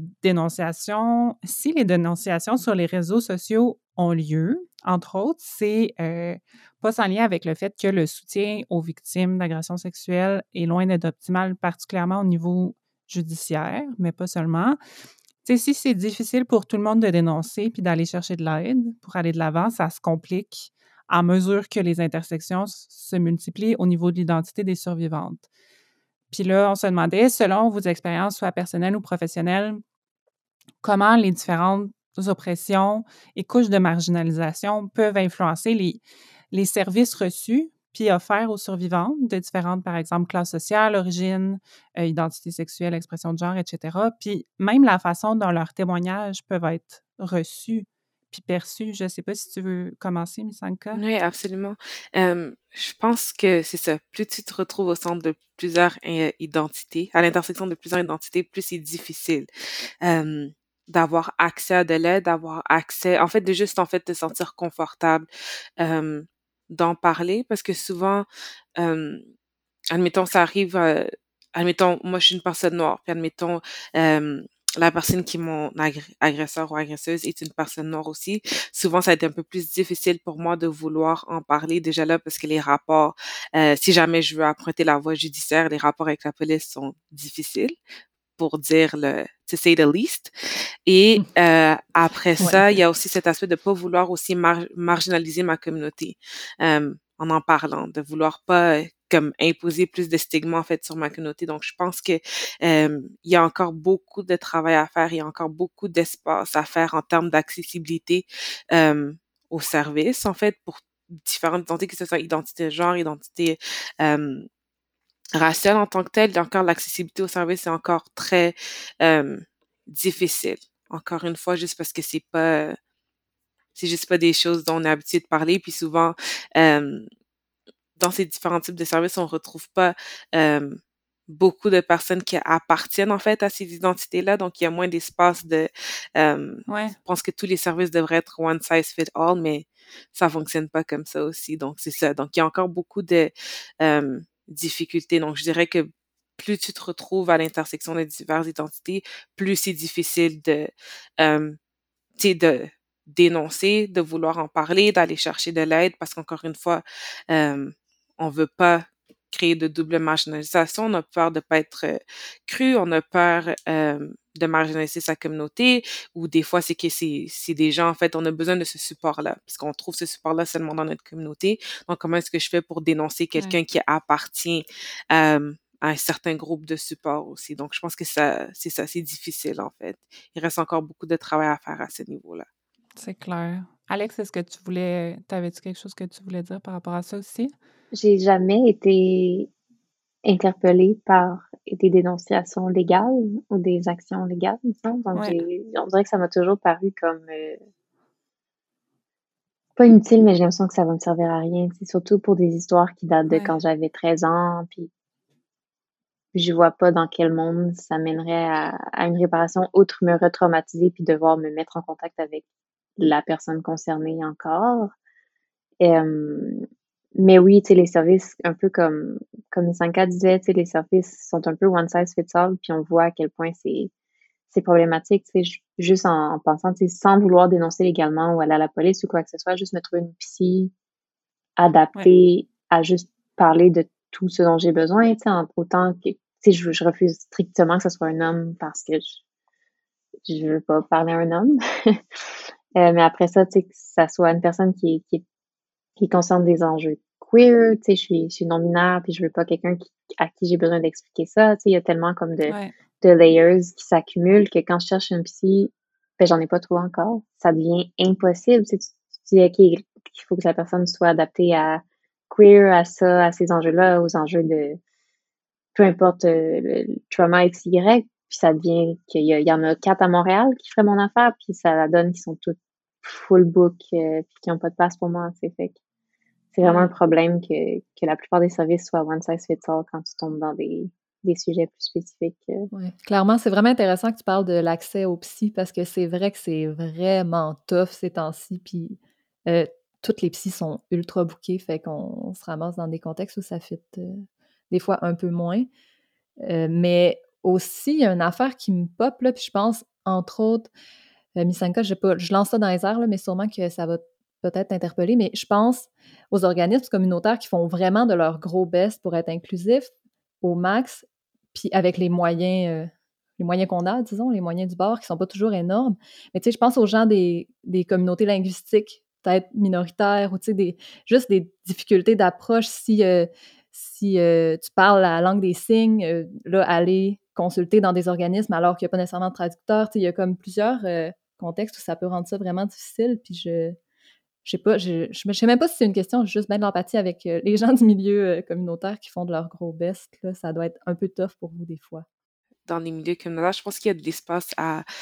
si les dénonciations sur les réseaux sociaux ont lieu, entre autres, c'est pas sans lien avec le fait que le soutien aux victimes d'agressions sexuelles est loin d'être optimal, particulièrement au niveau judiciaire, mais pas seulement. Tu sais, si c'est difficile pour tout le monde de dénoncer puis d'aller chercher de l'aide pour aller de l'avant, ça se complique à mesure que les intersections se multiplient au niveau de l'identité des survivantes. Puis là, on se demandait, selon vos expériences, soit personnelles ou professionnelles, comment les différentes oppressions et couches de marginalisation peuvent influencer les services reçus puis offerts aux survivantes de différentes, par exemple, classes sociales, origines, identité sexuelle, expression de genre, etc. Puis même la façon dont leurs témoignages peuvent être reçus puis perçus. Je ne sais pas si tu veux commencer, Misanka. Oui, absolument. Je pense que c'est ça. Plus tu te retrouves au centre de plusieurs identités, à l'intersection de plusieurs identités, plus c'est difficile d'avoir accès à de l'aide, d'avoir accès, en fait, de juste en fait te sentir confortable d'en parler, parce que souvent, euh, admettons, ça arrive, admettons, moi je suis une personne noire, puis admettons, la personne qui est mon agresseur ou agresseuse est une personne noire aussi. Souvent, ça a été un peu plus difficile pour moi de vouloir en parler déjà là parce que les rapports, si jamais je veux emprunter la voie judiciaire, les rapports avec la police sont difficiles pour dire to say the least. Et après ça, il y a aussi cet aspect de pas vouloir aussi marginaliser ma communauté en parlant, de vouloir pas comme imposer plus de stigma en fait sur ma communauté. Donc je pense que il y a encore beaucoup de travail à faire, il y a encore beaucoup d'espace à faire en termes d'accessibilité aux services en fait pour différentes identités, que ce soit identité de genre, identité raciale en tant que telle. Encore l'accessibilité aux services est encore très difficile. Encore une fois, juste parce que c'est juste pas des choses dont on est habitué de parler. Puis souvent, dans ces différents types de services, on retrouve pas beaucoup de personnes qui appartiennent en fait à ces identités-là. Donc, il y a moins d'espace je pense que tous les services devraient être one size fit all, mais ça fonctionne pas comme ça aussi. Donc, c'est ça. Donc, il y a encore beaucoup de difficultés. Donc, je dirais que plus tu te retrouves à l'intersection de diverses identités, plus c'est difficile de dénoncer, de vouloir en parler, d'aller chercher de l'aide, parce qu'encore une fois, on veut pas créer de double marginalisation, on a peur de pas être cru, on a peur de marginaliser sa communauté, ou des fois c'est que c'est des gens, en fait, on a besoin de ce support-là, parce qu'on trouve ce support-là seulement dans notre communauté. Donc, comment est-ce que je fais pour dénoncer quelqu'un qui appartient à un certain groupe de support aussi? Donc, je pense que c'est difficile, en fait. Il reste encore beaucoup de travail à faire à ce niveau-là. C'est clair. Alex, est-ce que t'avais-tu quelque chose que tu voulais dire par rapport à ça aussi? J'ai jamais été interpellée par des dénonciations légales ou des actions légales, il me semble. Donc, on dirait que ça m'a toujours paru comme pas inutile, mais j'ai l'impression que ça va me servir à rien. C'est surtout pour des histoires qui datent de quand j'avais 13 ans, puis je vois pas dans quel monde ça mènerait à une réparation, outre me retraumatiser puis devoir me mettre en contact avec la personne concernée encore. Mais oui, tu sais, les services, un peu comme Isanka disait, tu sais, les services sont un peu one size fits all, puis on voit à quel point c'est problématique, tu sais, juste en pensant, tu sais, sans vouloir dénoncer légalement ou aller à la police ou quoi que ce soit, juste me trouver une psy adaptée à juste parler de tout ce dont j'ai besoin, tu sais, autant que, tu sais, je refuse strictement que ce soit un homme parce que je veux pas parler à un homme. Mais après ça, tu sais, que ça soit une personne qui concerne des enjeux queer, tu sais, je suis non-binaire, puis je veux pas quelqu'un à qui j'ai besoin d'expliquer ça, tu sais, il y a tellement comme de layers qui s'accumulent que quand je cherche une psy, ben j'en ai pas trouvé encore. Ça devient impossible, tu sais, tu dis, OK, il faut que la personne soit adaptée à queer, à ça, à ces enjeux-là, aux enjeux de peu importe le trauma XY, puis ça devient qu'il y en a 4 à Montréal qui feraient mon affaire, puis ça la donne qu'ils sont toutes full book, puis qui ont pas de place pour moi, tu sais, fait que c'est vraiment un problème que la plupart des services soient one size fits all quand tu tombes dans des sujets plus spécifiques. Ouais. Clairement, c'est vraiment intéressant que tu parles de l'accès aux psy parce que c'est vrai que c'est vraiment tough ces temps-ci. Puis toutes les psys sont ultra bookées, fait qu'on se ramasse dans des contextes où ça fit des fois un peu moins. Mais aussi, il y a une affaire qui me pop, là, puis je pense, entre autres, Misanka, je lance ça dans les airs, là, mais sûrement que ça va peut-être t'interpeller, mais je pense aux organismes communautaires qui font vraiment de leur gros best pour être inclusifs au max, puis avec les moyens qu'on a, disons, les moyens du bord, qui sont pas toujours énormes. Mais tu sais, je pense aux gens des communautés linguistiques, peut-être minoritaires, ou tu sais, juste des difficultés d'approche si tu parles la langue des signes, là, aller consulter dans des organismes alors qu'il n'y a pas nécessairement de traducteur. Tu sais, il y a comme plusieurs contextes où ça peut rendre ça vraiment difficile. Puis je sais même pas si c'est une question, juste bien de l'empathie avec les gens du milieu communautaire qui font de leur gros best. Là, ça doit être un peu tough pour vous des fois. Dans les milieux communautaires, je pense qu'il y a de l'espace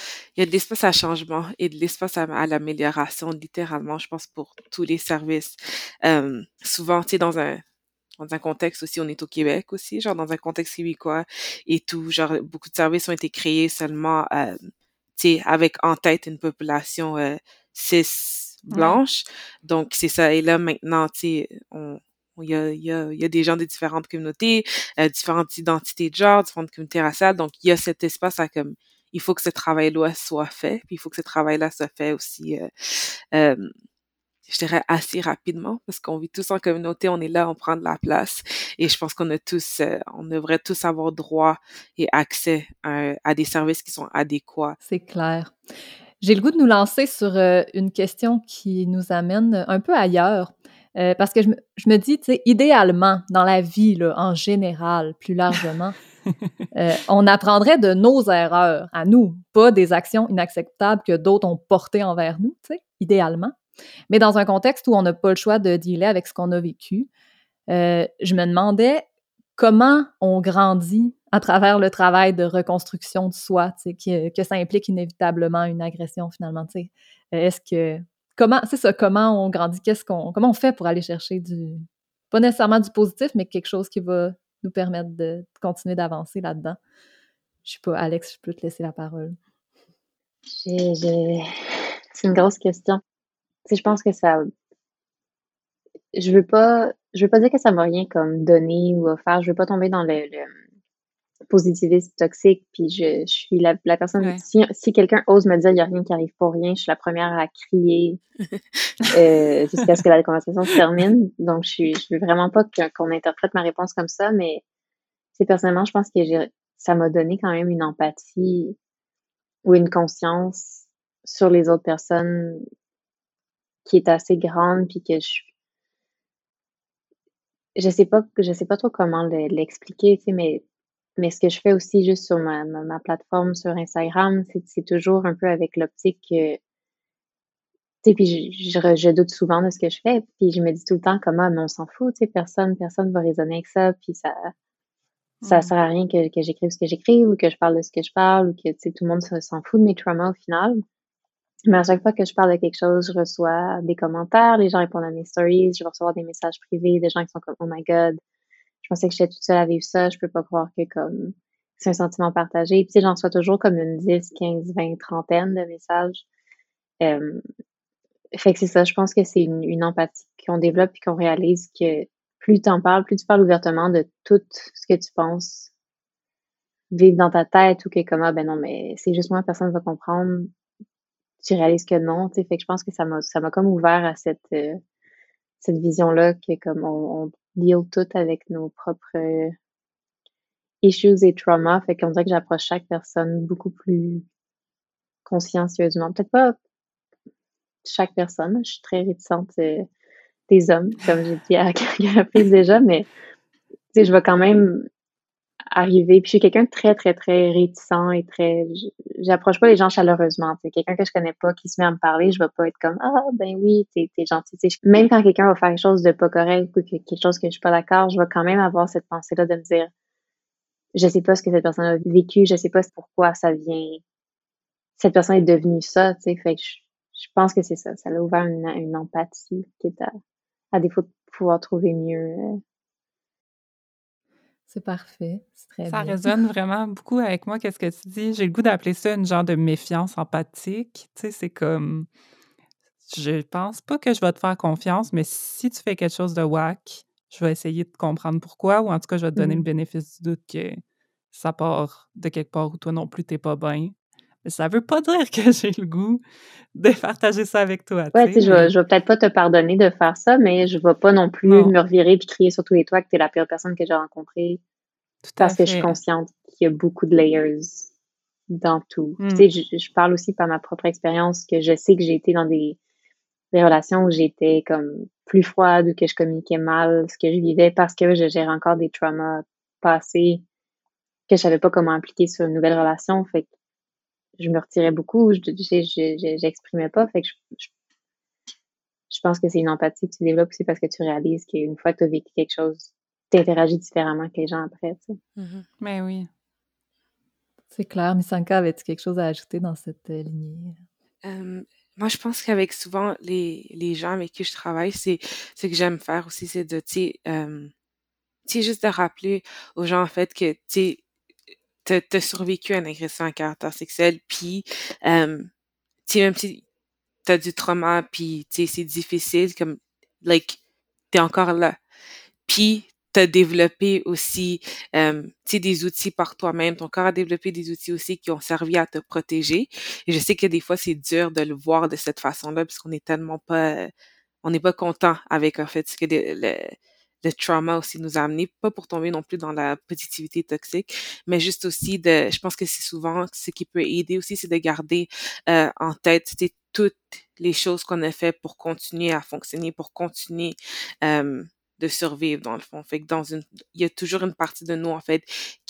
à changement et de l'espace à l'amélioration, littéralement, je pense, pour tous les services. Souvent, tu sais, dans un contexte aussi, on est au Québec aussi, genre dans un contexte québécois et tout, genre beaucoup de services ont été créés seulement, tu sais, avec en tête une population cis blanche. Donc c'est ça. Et là maintenant, tu sais, il y a des gens de différentes communautés, différentes identités de genre, différentes communautés raciales. Donc il y a cet espace à comme il faut que ce travail-là soit fait, puis il faut que ce travail-là soit fait aussi je dirais assez rapidement, parce qu'on vit tous en communauté, on est là, on prend de la place, et je pense qu'on a tous, on devrait tous avoir droit et accès à des services qui sont adéquats. C'est clair. J'ai le goût de nous lancer sur une question qui nous amène un peu ailleurs. Parce que je me dis, tu sais, idéalement, dans la vie, là, en général, plus largement, on apprendrait de nos erreurs à nous, pas des actions inacceptables que d'autres ont portées envers nous, tu sais, idéalement. Mais dans un contexte où on n'a pas le choix de dealer avec ce qu'on a vécu, je me demandais comment on grandit à travers le travail de reconstruction de soi, tu sais, que ça implique inévitablement une agression finalement, tu sais. Est-ce que c'est ça, comment on grandit, comment on fait pour aller chercher pas nécessairement du positif, mais quelque chose qui va nous permettre de continuer d'avancer là-dedans. Je sais pas, Alex, je peux te laisser la parole. C'est une grosse question. Tu sais, je pense que je veux pas dire que ça m'a rien comme donné ou offert. Je veux pas tomber dans le positivisme toxique, puis je suis la personne. Ouais. Si quelqu'un ose me dire il y a rien qui arrive pour rien, je suis la première à crier jusqu'à ce que la conversation se termine. Donc je veux vraiment pas qu'on interprète ma réponse comme ça, mais c'est personnellement, je pense que ça m'a donné quand même une empathie ou une conscience sur les autres personnes qui est assez grande, puis que je sais pas trop comment l'expliquer, tu sais, mais ce que je fais aussi juste sur ma plateforme sur Instagram, c'est toujours un peu avec l'optique que, tu sais, puis je doute souvent de ce que je fais, puis je me dis tout le temps comme, ah, mais on s'en fout, tu sais, personne va raisonner avec ça, puis ça sert à rien que j'écrive ce que j'écris ou que je parle de ce que je parle ou que, tu sais, tout le monde s'en fout de mes traumas au final. Mais à chaque fois que je parle de quelque chose, je reçois des commentaires, les gens répondent à mes stories, je vais recevoir des messages privés, des gens qui sont comme, oh my god, je pensais que j'étais toute seule à vivre ça, je peux pas croire que comme c'est un sentiment partagé. Puis tu sais, j'en reçois toujours comme une 10, 15, 20, trentaine de messages. Fait que c'est ça, je pense que c'est une empathie qu'on développe et qu'on réalise que plus tu parles ouvertement de tout ce que tu penses vivre dans ta tête ou que comme, ah ben non, mais c'est juste moi, personne va comprendre. Tu réalises que non, tu sais. Fait que je pense que ça m'a comme ouvert à cette vision-là que comme on deal tout avec nos propres issues et traumas. Fait qu'on dirait que j'approche chaque personne beaucoup plus consciencieusement. Peut-être pas chaque personne, je suis très réticente des hommes, comme j'ai dit à quelques reprises déjà, mais tu sais, je vais quand même arriver. Puis je suis quelqu'un de très, très, très réticent et j'approche pas les gens chaleureusement. C'est quelqu'un que je connais pas qui se met à me parler, je vais pas être comme ah ben oui, t'es gentil. Tu sais, même quand quelqu'un va faire quelque chose de pas correct ou quelque chose que je suis pas d'accord, je vais quand même avoir cette pensée-là de me dire je sais pas ce que cette personne a vécu, je sais pas pourquoi ça vient. Cette personne est devenue ça, tu sais. Fait que je pense que c'est ça. Ça a ouvert une empathie qui est à défaut de pouvoir trouver mieux. C'est parfait, c'est très Ça bien. résonne vraiment beaucoup avec moi, qu'est-ce que tu dis. J'ai le goût d'appeler ça une genre de méfiance empathique. Tu sais, c'est comme, je pense pas que je vais te faire confiance, mais si tu fais quelque chose de whack, je vais essayer de comprendre pourquoi, ou en tout cas, je vais te donner le bénéfice du doute que ça part de quelque part où toi non plus, t'es pas bien. Mais ça veut pas dire que j'ai le goût de partager ça avec toi, Ouais, tu tu sais, sais, je vais peut-être pas te pardonner de faire ça, mais je vais pas non plus non, me revirer puis crier sur tous les toits que t'es la pire personne que j'ai rencontrée tout à parce que je suis fait. consciente qu'il y a beaucoup de layers dans tout. Puis, Mm. tu sais, je parle aussi par ma propre expérience que je sais que j'ai été dans des relations où j'étais comme plus froide ou que je communiquais mal ce que je vivais parce que je gère encore des traumas passés que je savais pas comment appliquer sur une nouvelle relation. Fait que je me retirais beaucoup, j'exprimais pas. Fait que je pense que c'est une empathie que tu développes aussi parce que tu réalises qu'une fois que tu as vécu quelque chose, tu interagis différemment que les gens après, tu sais. Mhm. Mais oui. C'est clair. Misanka, avais-tu quelque chose à ajouter dans cette lignée? Moi, je pense qu'avec souvent les gens avec qui je travaille, c'est ce que j'aime faire aussi, c'est de, tu sais, juste de rappeler aux gens, en fait, que, tu sais, t'as survécu à une agression à caractère sexuel, puis, tu sais, même si t'as du trauma, puis, tu sais, c'est difficile, comme, like, t'es encore là. Puis, t'as développé aussi, tu sais, des outils par toi-même. Ton corps a développé des outils aussi qui ont servi à te protéger. Et je sais que des fois, c'est dur de le voir de cette façon-là, parce qu'on est tellement pas on n'est pas content avec, en fait, ce que le trauma aussi nous a amené, pas pour tomber non plus dans la positivité toxique, mais juste aussi je pense que c'est souvent ce qui peut aider aussi, c'est de garder en tête toutes les choses qu'on a fait pour continuer à fonctionner, pour continuer de survivre dans le fond. Fait que il y a toujours une partie de nous en fait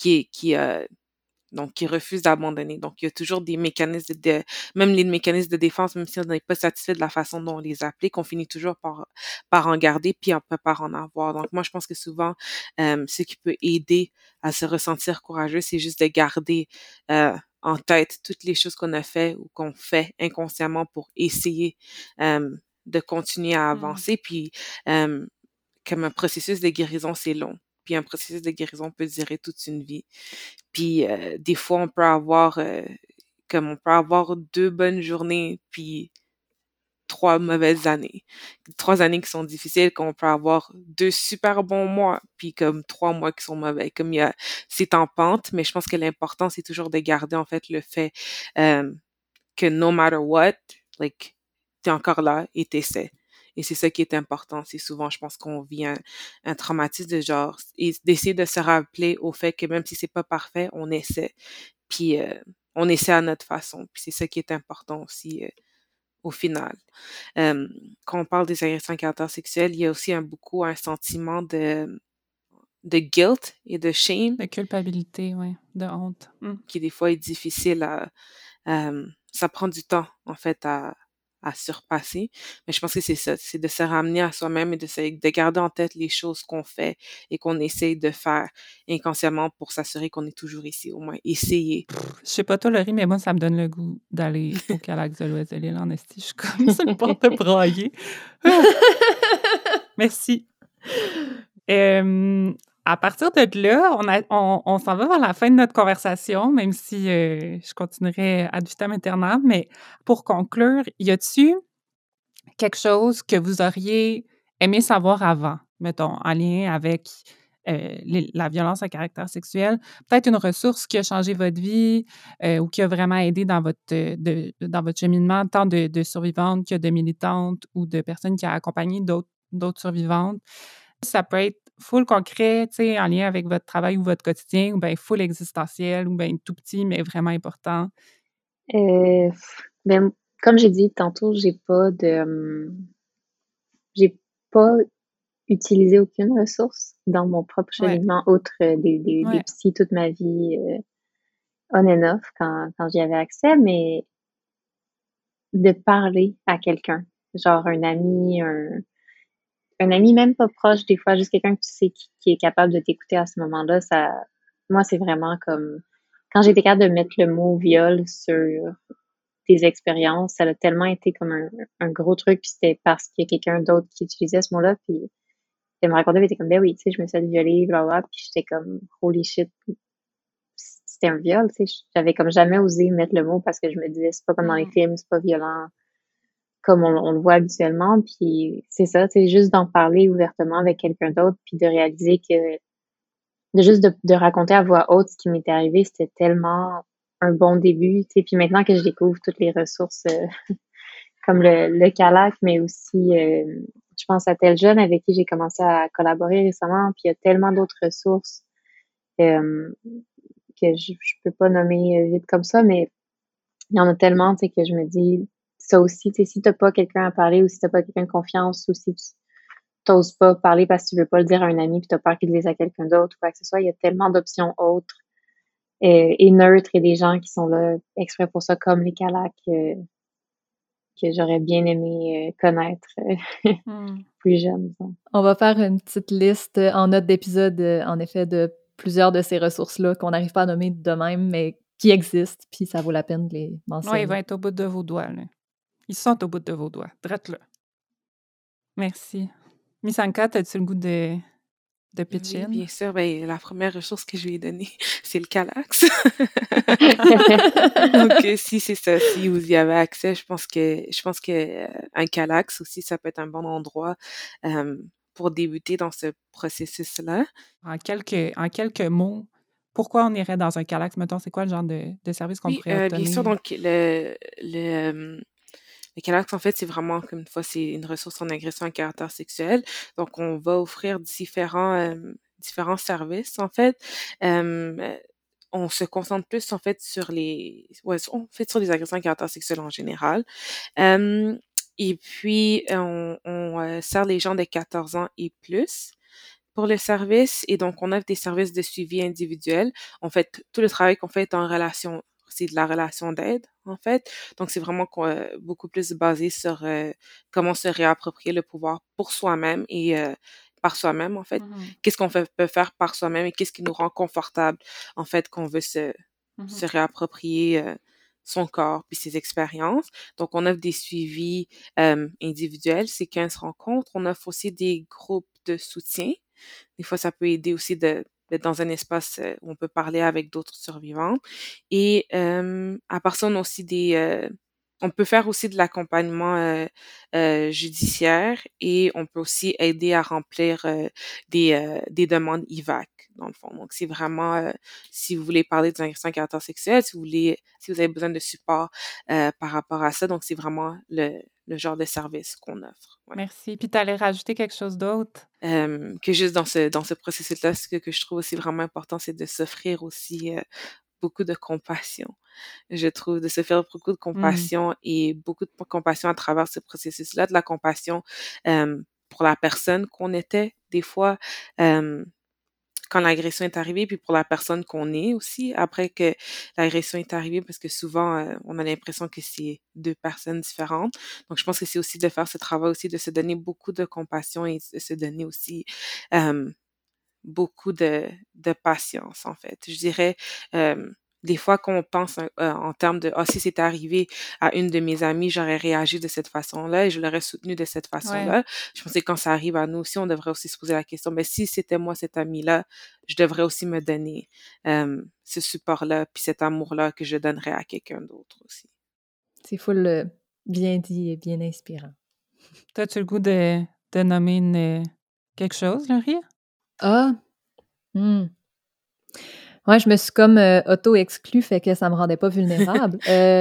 donc qui refuse d'abandonner. Donc il y a toujours des mécanismes même les mécanismes de défense, même si on n'est pas satisfait de la façon dont on les applique, on finit toujours par en garder puis on peut par en avoir. Donc moi je pense que souvent ce qui peut aider à se ressentir courageux, c'est juste de garder en tête toutes les choses qu'on a fait ou qu'on fait inconsciemment pour essayer de continuer à avancer. Puis comme un processus de guérison, c'est long. Puis un processus de guérison peut durer toute une vie. Puis des fois, on peut avoir 2 bonnes journées, puis 3 mauvaises années. 3 années qui sont difficiles, qu'on peut avoir 2 super bons mois, puis comme 3 mois qui sont mauvais. Comme c'est en pente, mais je pense que l'important, c'est toujours de garder en fait le fait que no matter what, like, t'es encore là et t'essaies. Et c'est ça qui est important. C'est souvent, je pense qu'on vit un traumatisme de genre, et d'essayer de se rappeler au fait que même si c'est pas parfait, on essaie. Puis on essaie à notre façon. Puis c'est ça qui est important aussi au final. Quand on parle des agressions à caractère sexuel, il y a aussi beaucoup un sentiment de guilt et de shame. De culpabilité, oui, de honte. Qui des fois est difficile ça prend du temps, en fait, à surpasser. Mais je pense que c'est ça, c'est de se ramener à soi-même et de garder en tête les choses qu'on fait et qu'on essaye de faire inconsciemment pour s'assurer qu'on est toujours ici, au moins essayer. Je sais pas toi, Laurie, mais moi, ça me donne le goût d'aller au Calax de l'Ouest de l'île en esti. Je suis comme sur le bord de brailler. Merci. À partir de là, on s'en va vers la fin de notre conversation, même si je continuerai ad vitam aeternam. Mais pour conclure, y a-t-il quelque chose que vous auriez aimé savoir avant, mettons, en lien avec la violence à caractère sexuel? Peut-être une ressource qui a changé votre vie ou qui a vraiment aidé dans votre cheminement, tant de survivantes que de militantes ou de personnes qui ont accompagné d'autres survivantes. Ça peut être full concret, tu sais, en lien avec votre travail ou votre quotidien, ou bien full existentiel, ou bien tout petit, mais vraiment important. Ben, comme j'ai dit tantôt, j'ai pas utilisé aucune ressource dans mon propre cheminement autre des psys toute ma vie on and off quand j'y avais accès, mais de parler à quelqu'un, genre un ami même pas proche, des fois juste quelqu'un que tu sais qui est capable de t'écouter à ce moment-là, moi c'est vraiment comme quand j'étais capable de mettre le mot viol sur des expériences, ça a tellement été comme un gros truc, puis c'était parce qu'il y a quelqu'un d'autre qui utilisait ce mot-là, puis elle me racontait, elle était comme, ben oui, tu sais, je me suis fait violer, blablabla, puis j'étais comme, holy shit, c'était un viol, tu sais, j'avais comme jamais osé mettre le mot parce que je me disais, c'est pas comme dans les films, c'est pas violent, comme on le voit habituellement, puis c'est ça, c'est juste d'en parler ouvertement avec quelqu'un d'autre, puis de réaliser que, de raconter à voix haute ce qui m'était arrivé, c'était tellement un bon début, tu sais, puis maintenant que je découvre toutes les ressources comme le Calac, mais aussi je pense à Tel Jeune avec qui j'ai commencé à collaborer récemment, puis il y a tellement d'autres ressources que je peux pas nommer vite comme ça, mais il y en a tellement, tu sais, que je me dis ça aussi, tu sais, si t'as pas quelqu'un à parler ou si t'as pas quelqu'un de confiance ou si tu t'oses pas parler parce que tu veux pas le dire à un ami puis t'as peur qu'il le dise à quelqu'un d'autre ou quoi que ce soit, il y a tellement d'options autres et neutres et des gens qui sont là exprès pour ça, comme les Calacs que j'aurais bien aimé connaître plus jeune, disons. On va faire une petite liste en note d'épisode, en effet, de plusieurs de ces ressources-là qu'on n'arrive pas à nommer de même, mais qui existent, puis ça vaut la peine de les mentionner. Oui, ils vont être au bout de vos doigts, là. Ils sont au bout de vos doigts. Drette-le. Merci. Misanka, as-tu le goût de pitch in? Oui, bien sûr. Ben, la première ressource que je lui ai donnée, c'est le Calax. Donc, si c'est ça, si vous y avez accès, je pense que un Calax aussi, ça peut être un bon endroit pour débuter dans ce processus-là. En quelques mots, pourquoi on irait dans un Calax? Mettons, c'est quoi le genre de service qu'on pourrait obtenir? Bien sûr, donc Le Calax, en fait, c'est vraiment, comme une fois, c'est une ressource en agression à caractère sexuel. Donc, on va offrir différents services, en fait. On se concentre plus, en fait, sur les agressions à caractère sexuel en général. Euh, et puis, on sert les gens de 14 ans et plus pour le service. Et donc, on offre des services de suivi individuel. En fait, tout le travail qu'on fait est en relation, c'est de la relation d'aide, en fait. Donc, c'est vraiment beaucoup plus basé sur comment se réapproprier le pouvoir pour soi-même et par soi-même, en fait. Mhm. Qu'est-ce qu'on peut faire par soi-même et qu'est-ce qui nous rend confortable, en fait, qu'on veut se Mhm. réapproprier son corps puis ses expériences. Donc, on offre des suivis individuels, c'est 15 rencontres. On offre aussi des groupes de soutien. Des fois, ça peut aider aussi d'être dans un espace où on peut parler avec d'autres survivants. Et à part ça, on a aussi on peut faire aussi de l'accompagnement judiciaire et on peut aussi aider à remplir des demandes IVAC, dans le fond. Donc, c'est vraiment, si vous voulez parler d'une agression à caractère sexuel, si vous avez besoin de support par rapport à ça, donc c'est vraiment le genre de service qu'on offre. Ouais. Merci. Puis, tu allais rajouter quelque chose d'autre? Que juste dans ce processus-là, ce que je trouve aussi vraiment important, c'est de s'offrir aussi beaucoup de compassion. Je trouve de se faire beaucoup de compassion et beaucoup de compassion à travers ce processus-là, de la compassion pour la personne qu'on était, des fois, quand l'agression est arrivée, puis pour la personne qu'on est aussi, après que l'agression est arrivée, parce que souvent, on a l'impression que c'est deux personnes différentes. Donc, je pense que c'est aussi de faire ce travail aussi, de se donner beaucoup de compassion et de se donner aussi beaucoup de patience, en fait. Je dirais, des fois qu'on pense en termes de «Ah, si c'était arrivé à une de mes amies, j'aurais réagi de cette façon-là et je l'aurais soutenue de cette Ouais. façon-là». Je pense que quand ça arrive à nous aussi, on devrait aussi se poser la question, mais si c'était moi, cette amie-là, je devrais aussi me donner ce support-là, puis cet amour-là que je donnerais à quelqu'un d'autre aussi. C'est full bien dit et bien inspirant. T'as-tu le goût de nommer quelque chose, Laurie? Ah! Ouais, je me suis comme auto-exclue, fait que ça me rendait pas vulnérable.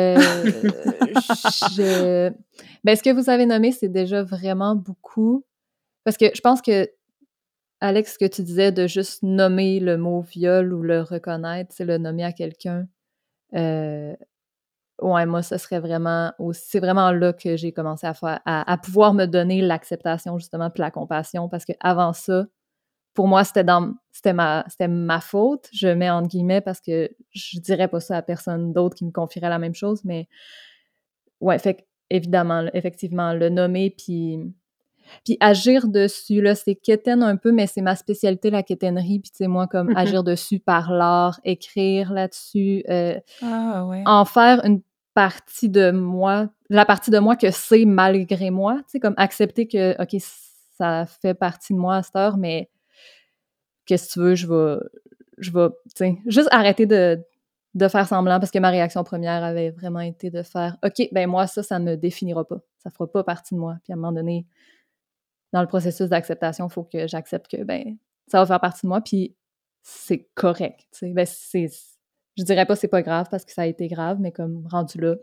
Ben, ce que vous avez nommé, c'est déjà vraiment beaucoup. Parce que je pense que, Alex, ce que tu disais de juste nommer le mot viol ou le reconnaître, c'est le nommer à quelqu'un. Ouais, moi, ce serait vraiment aussi. C'est vraiment là que j'ai commencé à pouvoir me donner l'acceptation, justement, puis la compassion. Parce qu'avant ça, pour moi, c'était ma faute. Je mets entre guillemets parce que je dirais pas ça à personne d'autre qui me confierait la même chose, mais ouais, fait évidemment, effectivement, le nommer puis agir dessus, là, c'est quétaine un peu, mais c'est ma spécialité, la quétainerie, puis tu sais, moi, comme agir dessus par l'art, écrire là-dessus, Ah ouais. en faire une partie de moi, la partie de moi que c'est malgré moi, tu sais, comme accepter que, OK, ça fait partie de moi à cette heure, mais qu'est-ce que tu veux, je vais, tu sais, juste arrêter de faire semblant parce que ma réaction première avait vraiment été de faire OK, ben moi, ça me définira pas. Ça fera pas partie de moi. Puis à un moment donné, dans le processus d'acceptation, il faut que j'accepte que, ben, ça va faire partie de moi, puis c'est correct, tu sais. Ben, je dirais pas c'est pas grave parce que ça a été grave, mais comme rendu là,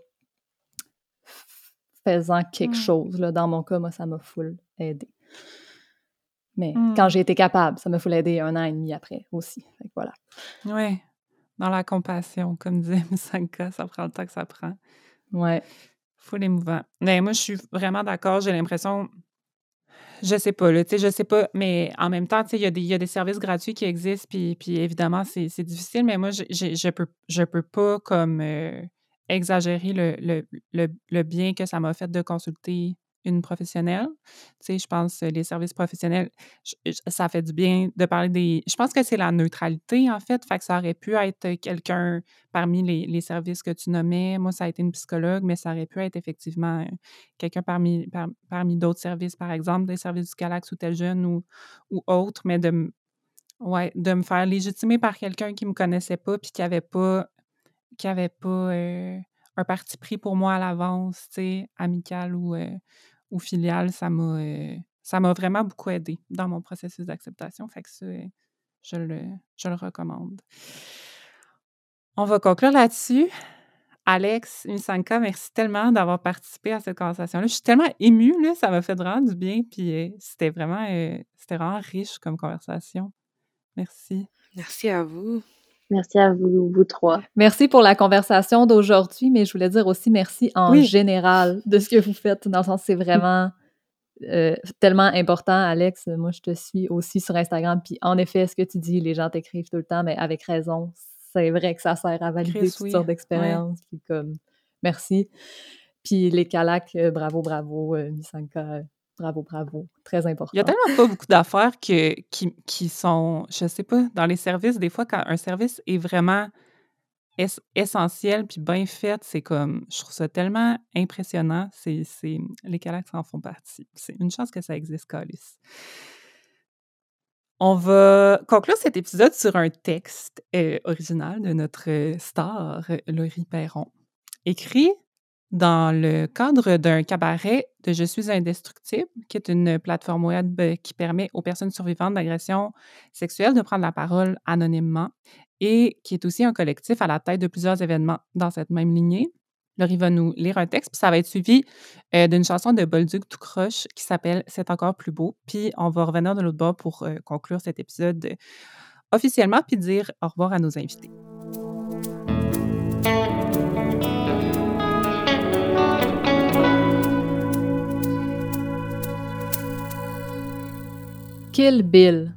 faisant quelque chose, là, dans mon cas, moi, ça m'a full aidé. Mais quand j'ai été capable, ça m'a full aidé 1 an et demi après aussi. Fait que voilà. Oui, dans la compassion, comme disait Misanka, ça prend le temps que ça prend. Ouais. Full émouvant. Mais moi, je suis vraiment d'accord. J'ai l'impression, je sais pas, là, tu sais, je sais pas, mais en même temps, tu sais, il y a des services gratuits qui existent, puis évidemment, c'est difficile, mais moi, je peux pas comme exagérer le bien que ça m'a fait de consulter une professionnelle. Tu sais, je pense les services professionnels, ça fait du bien de parler des... Je pense que c'est la neutralité, en fait que ça aurait pu être quelqu'un parmi les services que tu nommais. Moi, ça a été une psychologue, mais ça aurait pu être effectivement quelqu'un parmi d'autres services, par exemple, des services du Calax ou Tel Jeune ou autres, mais de me faire légitimer par quelqu'un qui ne me connaissait pas puis qui avait pas un parti pris pour moi à l'avance, tu sais, amical ou filial, ça m'a vraiment beaucoup aidé dans mon processus d'acceptation. Fait que ça, je le recommande. On va conclure là-dessus. Alex, Misanka, merci tellement d'avoir participé à cette conversation-là. Je suis tellement émue, là, ça m'a fait vraiment du bien, puis c'était vraiment riche comme conversation. Merci. Merci à vous. Merci à vous, vous trois. Merci pour la conversation d'aujourd'hui, mais je voulais dire aussi merci en Oui. général de ce que vous faites. Dans le sens, c'est vraiment tellement important, Alex. Moi, je te suis aussi sur Instagram. Puis en effet, ce que tu dis, les gens t'écrivent tout le temps, mais avec raison. C'est vrai que ça sert à valider Chris, toutes oui. sortes d'expériences. Puis comme, merci. Puis les Calacs, bravo, bravo. Misanka, bravo, bravo. Très important. Il y a tellement pas beaucoup d'affaires qui sont, je sais pas, dans les services, des fois, quand un service est vraiment essentiel puis bien fait, c'est comme, je trouve ça tellement impressionnant. Les Calacs en font partie. C'est une chance que ça existe, Calice. On va conclure cet épisode sur un texte original de notre star, Laurie Perron, écrit dans le cadre d'un cabaret de Je suis indestructible, qui est une plateforme web qui permet aux personnes survivantes d'agressions sexuelles de prendre la parole anonymement et qui est aussi un collectif à la tête de plusieurs événements dans cette même lignée. Laurie va nous lire un texte, puis ça va être suivi d'une chanson de Bolduc tout croche qui s'appelle « C'est encore plus beau ». Puis on va revenir de l'autre bord pour conclure cet épisode officiellement puis dire au revoir à nos invités. Kill Bill.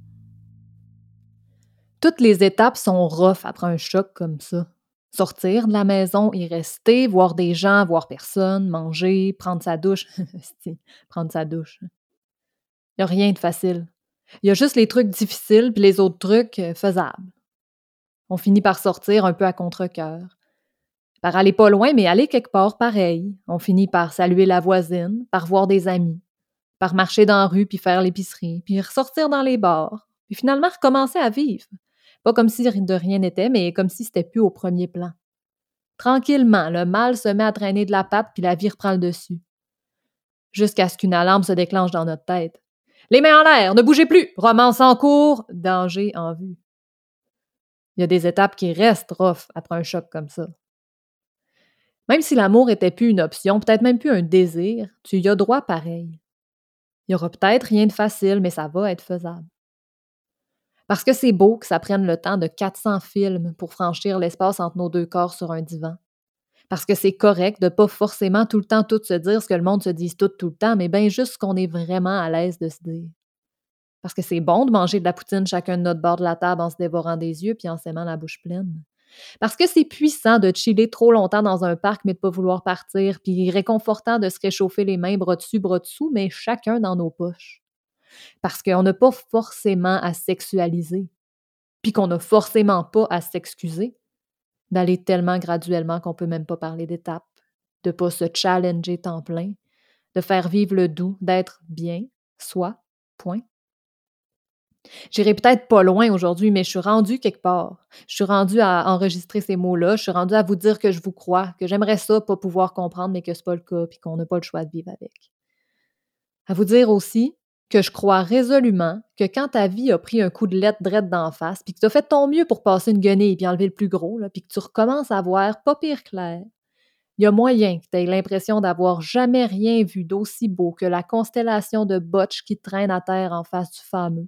Toutes les étapes sont rough après un choc comme ça. Sortir de la maison, y rester, voir des gens, voir personne, manger, prendre sa douche. Prendre sa douche. Il n'y a rien de facile. Il y a juste les trucs difficiles puis les autres trucs faisables. On finit par sortir un peu à contre-cœur. Par aller pas loin, mais aller quelque part pareil. On finit par saluer la voisine, par voir des amis, par marcher dans la rue puis faire l'épicerie, puis ressortir dans les bars, puis finalement recommencer à vivre. Pas comme si de rien n'était, mais comme si c'était plus au premier plan. Tranquillement, le mal se met à traîner de la patte puis la vie reprend le dessus. Jusqu'à ce qu'une alarme se déclenche dans notre tête. Les mains en l'air, ne bougez plus! Romance en cours, danger en vue. Il y a des étapes qui restent rough après un choc comme ça. Même si l'amour était plus une option, peut-être même plus un désir, tu y as droit pareil. Il y aura peut-être rien de facile, mais ça va être faisable. Parce que c'est beau que ça prenne le temps de 400 films pour franchir l'espace entre nos deux corps sur un divan. Parce que c'est correct de pas forcément tout le temps tout se dire ce que le monde se dise tout le temps, mais bien juste ce qu'on est vraiment à l'aise de se dire. Parce que c'est bon de manger de la poutine chacun de notre bord de la table en se dévorant des yeux puis en s'aimant la bouche pleine. Parce que c'est puissant de chiller trop longtemps dans un parc mais de pas vouloir partir, puis réconfortant de se réchauffer les mains bras dessus, bras dessous, mais chacun dans nos poches. Parce qu'on n'a pas forcément à sexualiser, puis qu'on n'a forcément pas à s'excuser, d'aller tellement graduellement qu'on peut même pas parler d'étapes, de pas se challenger temps plein, de faire vivre le doux, d'être bien, soi, point. J'irai peut-être pas loin aujourd'hui, mais je suis rendue quelque part. Je suis rendue à enregistrer ces mots-là, je suis rendue à vous dire que je vous crois, que j'aimerais ça pas pouvoir comprendre, mais que c'est pas le cas, puis qu'on n'a pas le choix de vivre avec. À vous dire aussi que je crois résolument que quand ta vie a pris un coup de lettre drette d'en face, puis que tu as fait ton mieux pour passer une guenille puis enlever le plus gros, là, puis que tu recommences à voir pas pire clair, il y a moyen que tu aies l'impression d'avoir jamais rien vu d'aussi beau que la constellation de Botch qui traîne à terre en face du fameux.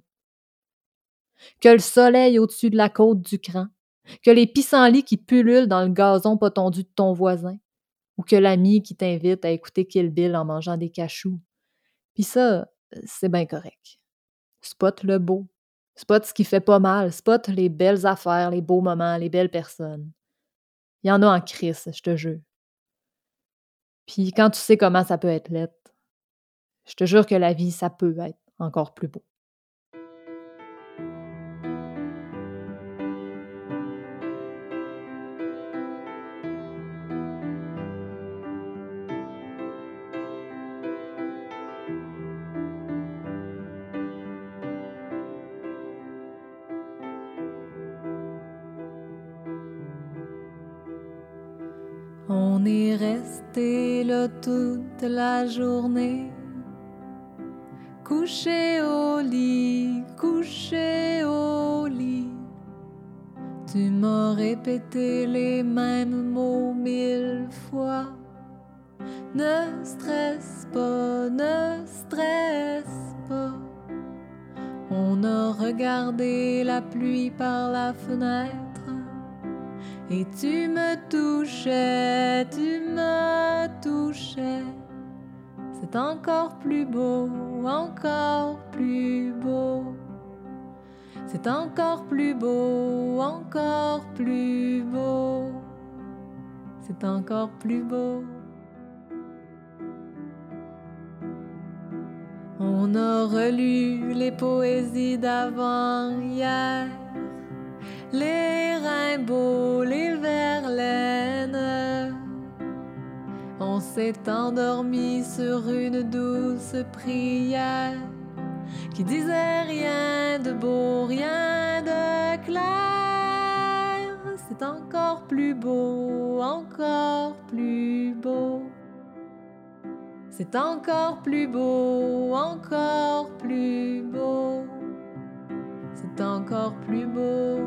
Que le soleil au-dessus de la côte du cran, que les pissenlits qui pullulent dans le gazon pas tondu de ton voisin, ou que l'ami qui t'invite à écouter Kill Bill en mangeant des cachous. Puis ça, c'est bien correct. Spot le beau. Spot ce qui fait pas mal. Spot les belles affaires, les beaux moments, les belles personnes. Il y en a en crise, je te jure. Puis quand tu sais comment ça peut être laid, je te jure que la vie, ça peut être encore plus beau. On est resté là toute la journée, couché au lit, couché au lit. Tu Tu m'as répété les mêmes mots 1000 fois. Ne stresse pas, ne stresse pas. On a regardé la pluie par la fenêtre et tu me touchais, tu me touchais. C'est encore plus beau, encore plus beau. C'est encore plus beau, encore plus beau. C'est encore plus beau. On a relu les poésies d'avant-hier, les Rimbaud, les Verlaine. On s'est endormi sur une douce prière qui disait rien de beau, rien de clair. C'est encore plus beau, encore plus beau. C'est encore plus beau, encore plus beau. C'est encore plus beau.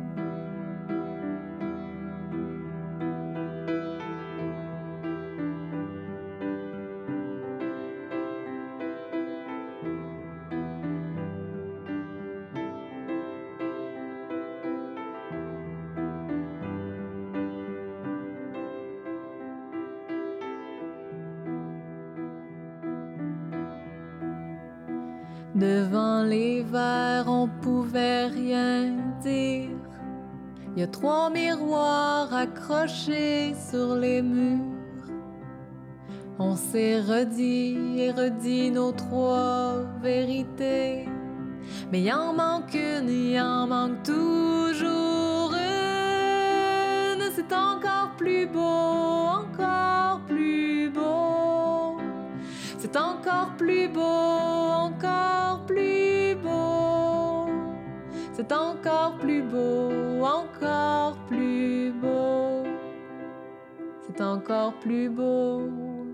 Devant les verres, on pouvait rien dire. Il y a 3 miroirs accrochés sur les murs. On s'est redit et redit nos 3 vérités. Mais il en manque une, il en manque toujours une. C'est encore plus beau, encore plus beau. C'est encore plus beau, encore plus beau. C'est encore plus beau, encore plus beau. C'est encore plus beau.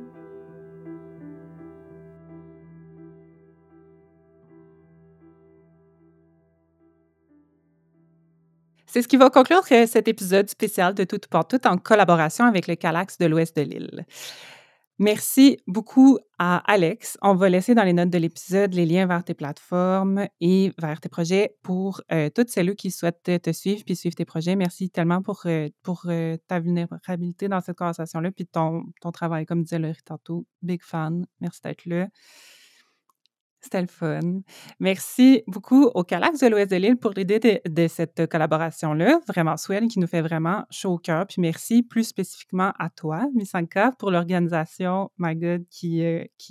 C'est ce qui va conclure cet épisode spécial de Tout pour Tout en collaboration avec le Calax de l'Ouest de l'île. Merci beaucoup à Alex. On va laisser dans les notes de l'épisode les liens vers tes plateformes et vers tes projets pour toutes celles qui souhaitent te suivre puis suivre tes projets. Merci tellement pour ta vulnérabilité dans cette conversation-là puis ton travail, comme disait Laurie tantôt. Big fan. Merci d'être là. C'était le fun. Merci beaucoup au Calax de l'Ouest de l'île pour l'idée de cette collaboration-là, vraiment swell, qui nous fait vraiment chaud au cœur. Puis merci plus spécifiquement à toi, Misanka, pour l'organisation, my God, qui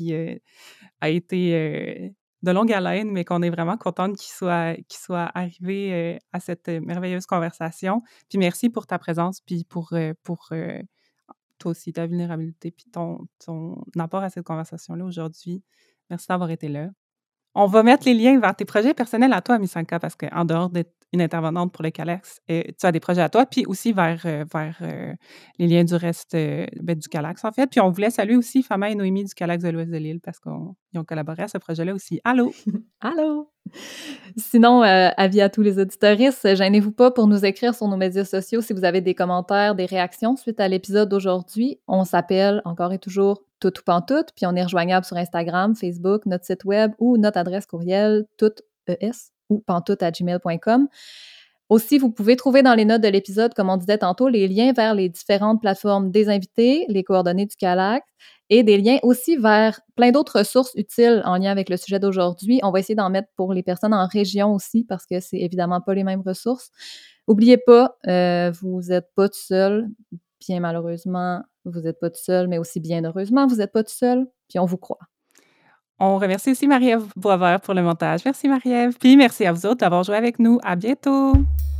a été de longue haleine, mais qu'on est vraiment contente qu'il soit arrivé à cette merveilleuse conversation. Puis merci pour ta présence, puis pour toi aussi, ta vulnérabilité, puis ton apport à cette conversation-là aujourd'hui. Merci d'avoir été là. On va mettre les liens vers tes projets personnels à toi, Misanka, parce qu'en dehors d'être une intervenante pour le Calax, tu as des projets à toi, puis aussi vers les liens du reste du Calax, en fait. Puis on voulait saluer aussi Fama et Noémie du Calax de l'Ouest de l'île, parce qu'ils ont collaboré à ce projet-là aussi. Allô? Allô? Sinon, avis à tous les auditeuristes, gênez-vous pas pour nous écrire sur nos médias sociaux si vous avez des commentaires, des réactions suite à l'épisode d'aujourd'hui. On s'appelle encore et toujours Tout ou Pantoute, puis on est rejoignable sur Instagram, Facebook, notre site web ou notre adresse courriel toutes.es ou pantoute@gmail.com. Aussi, vous pouvez trouver dans les notes de l'épisode, comme on disait tantôt, les liens vers les différentes plateformes des invités, les coordonnées du Calax et des liens aussi vers plein d'autres ressources utiles en lien avec le sujet d'aujourd'hui. On va essayer d'en mettre pour les personnes en région aussi parce que c'est évidemment pas les mêmes ressources. N'oubliez pas, vous n'êtes pas tout seul. Bien malheureusement, vous n'êtes pas tout seul, mais aussi bien heureusement, vous n'êtes pas tout seul, puis on vous croit. On remercie aussi Marie-Ève Boisvert pour le montage. Merci Marie-Ève. Puis merci à vous autres d'avoir joué avec nous. À bientôt!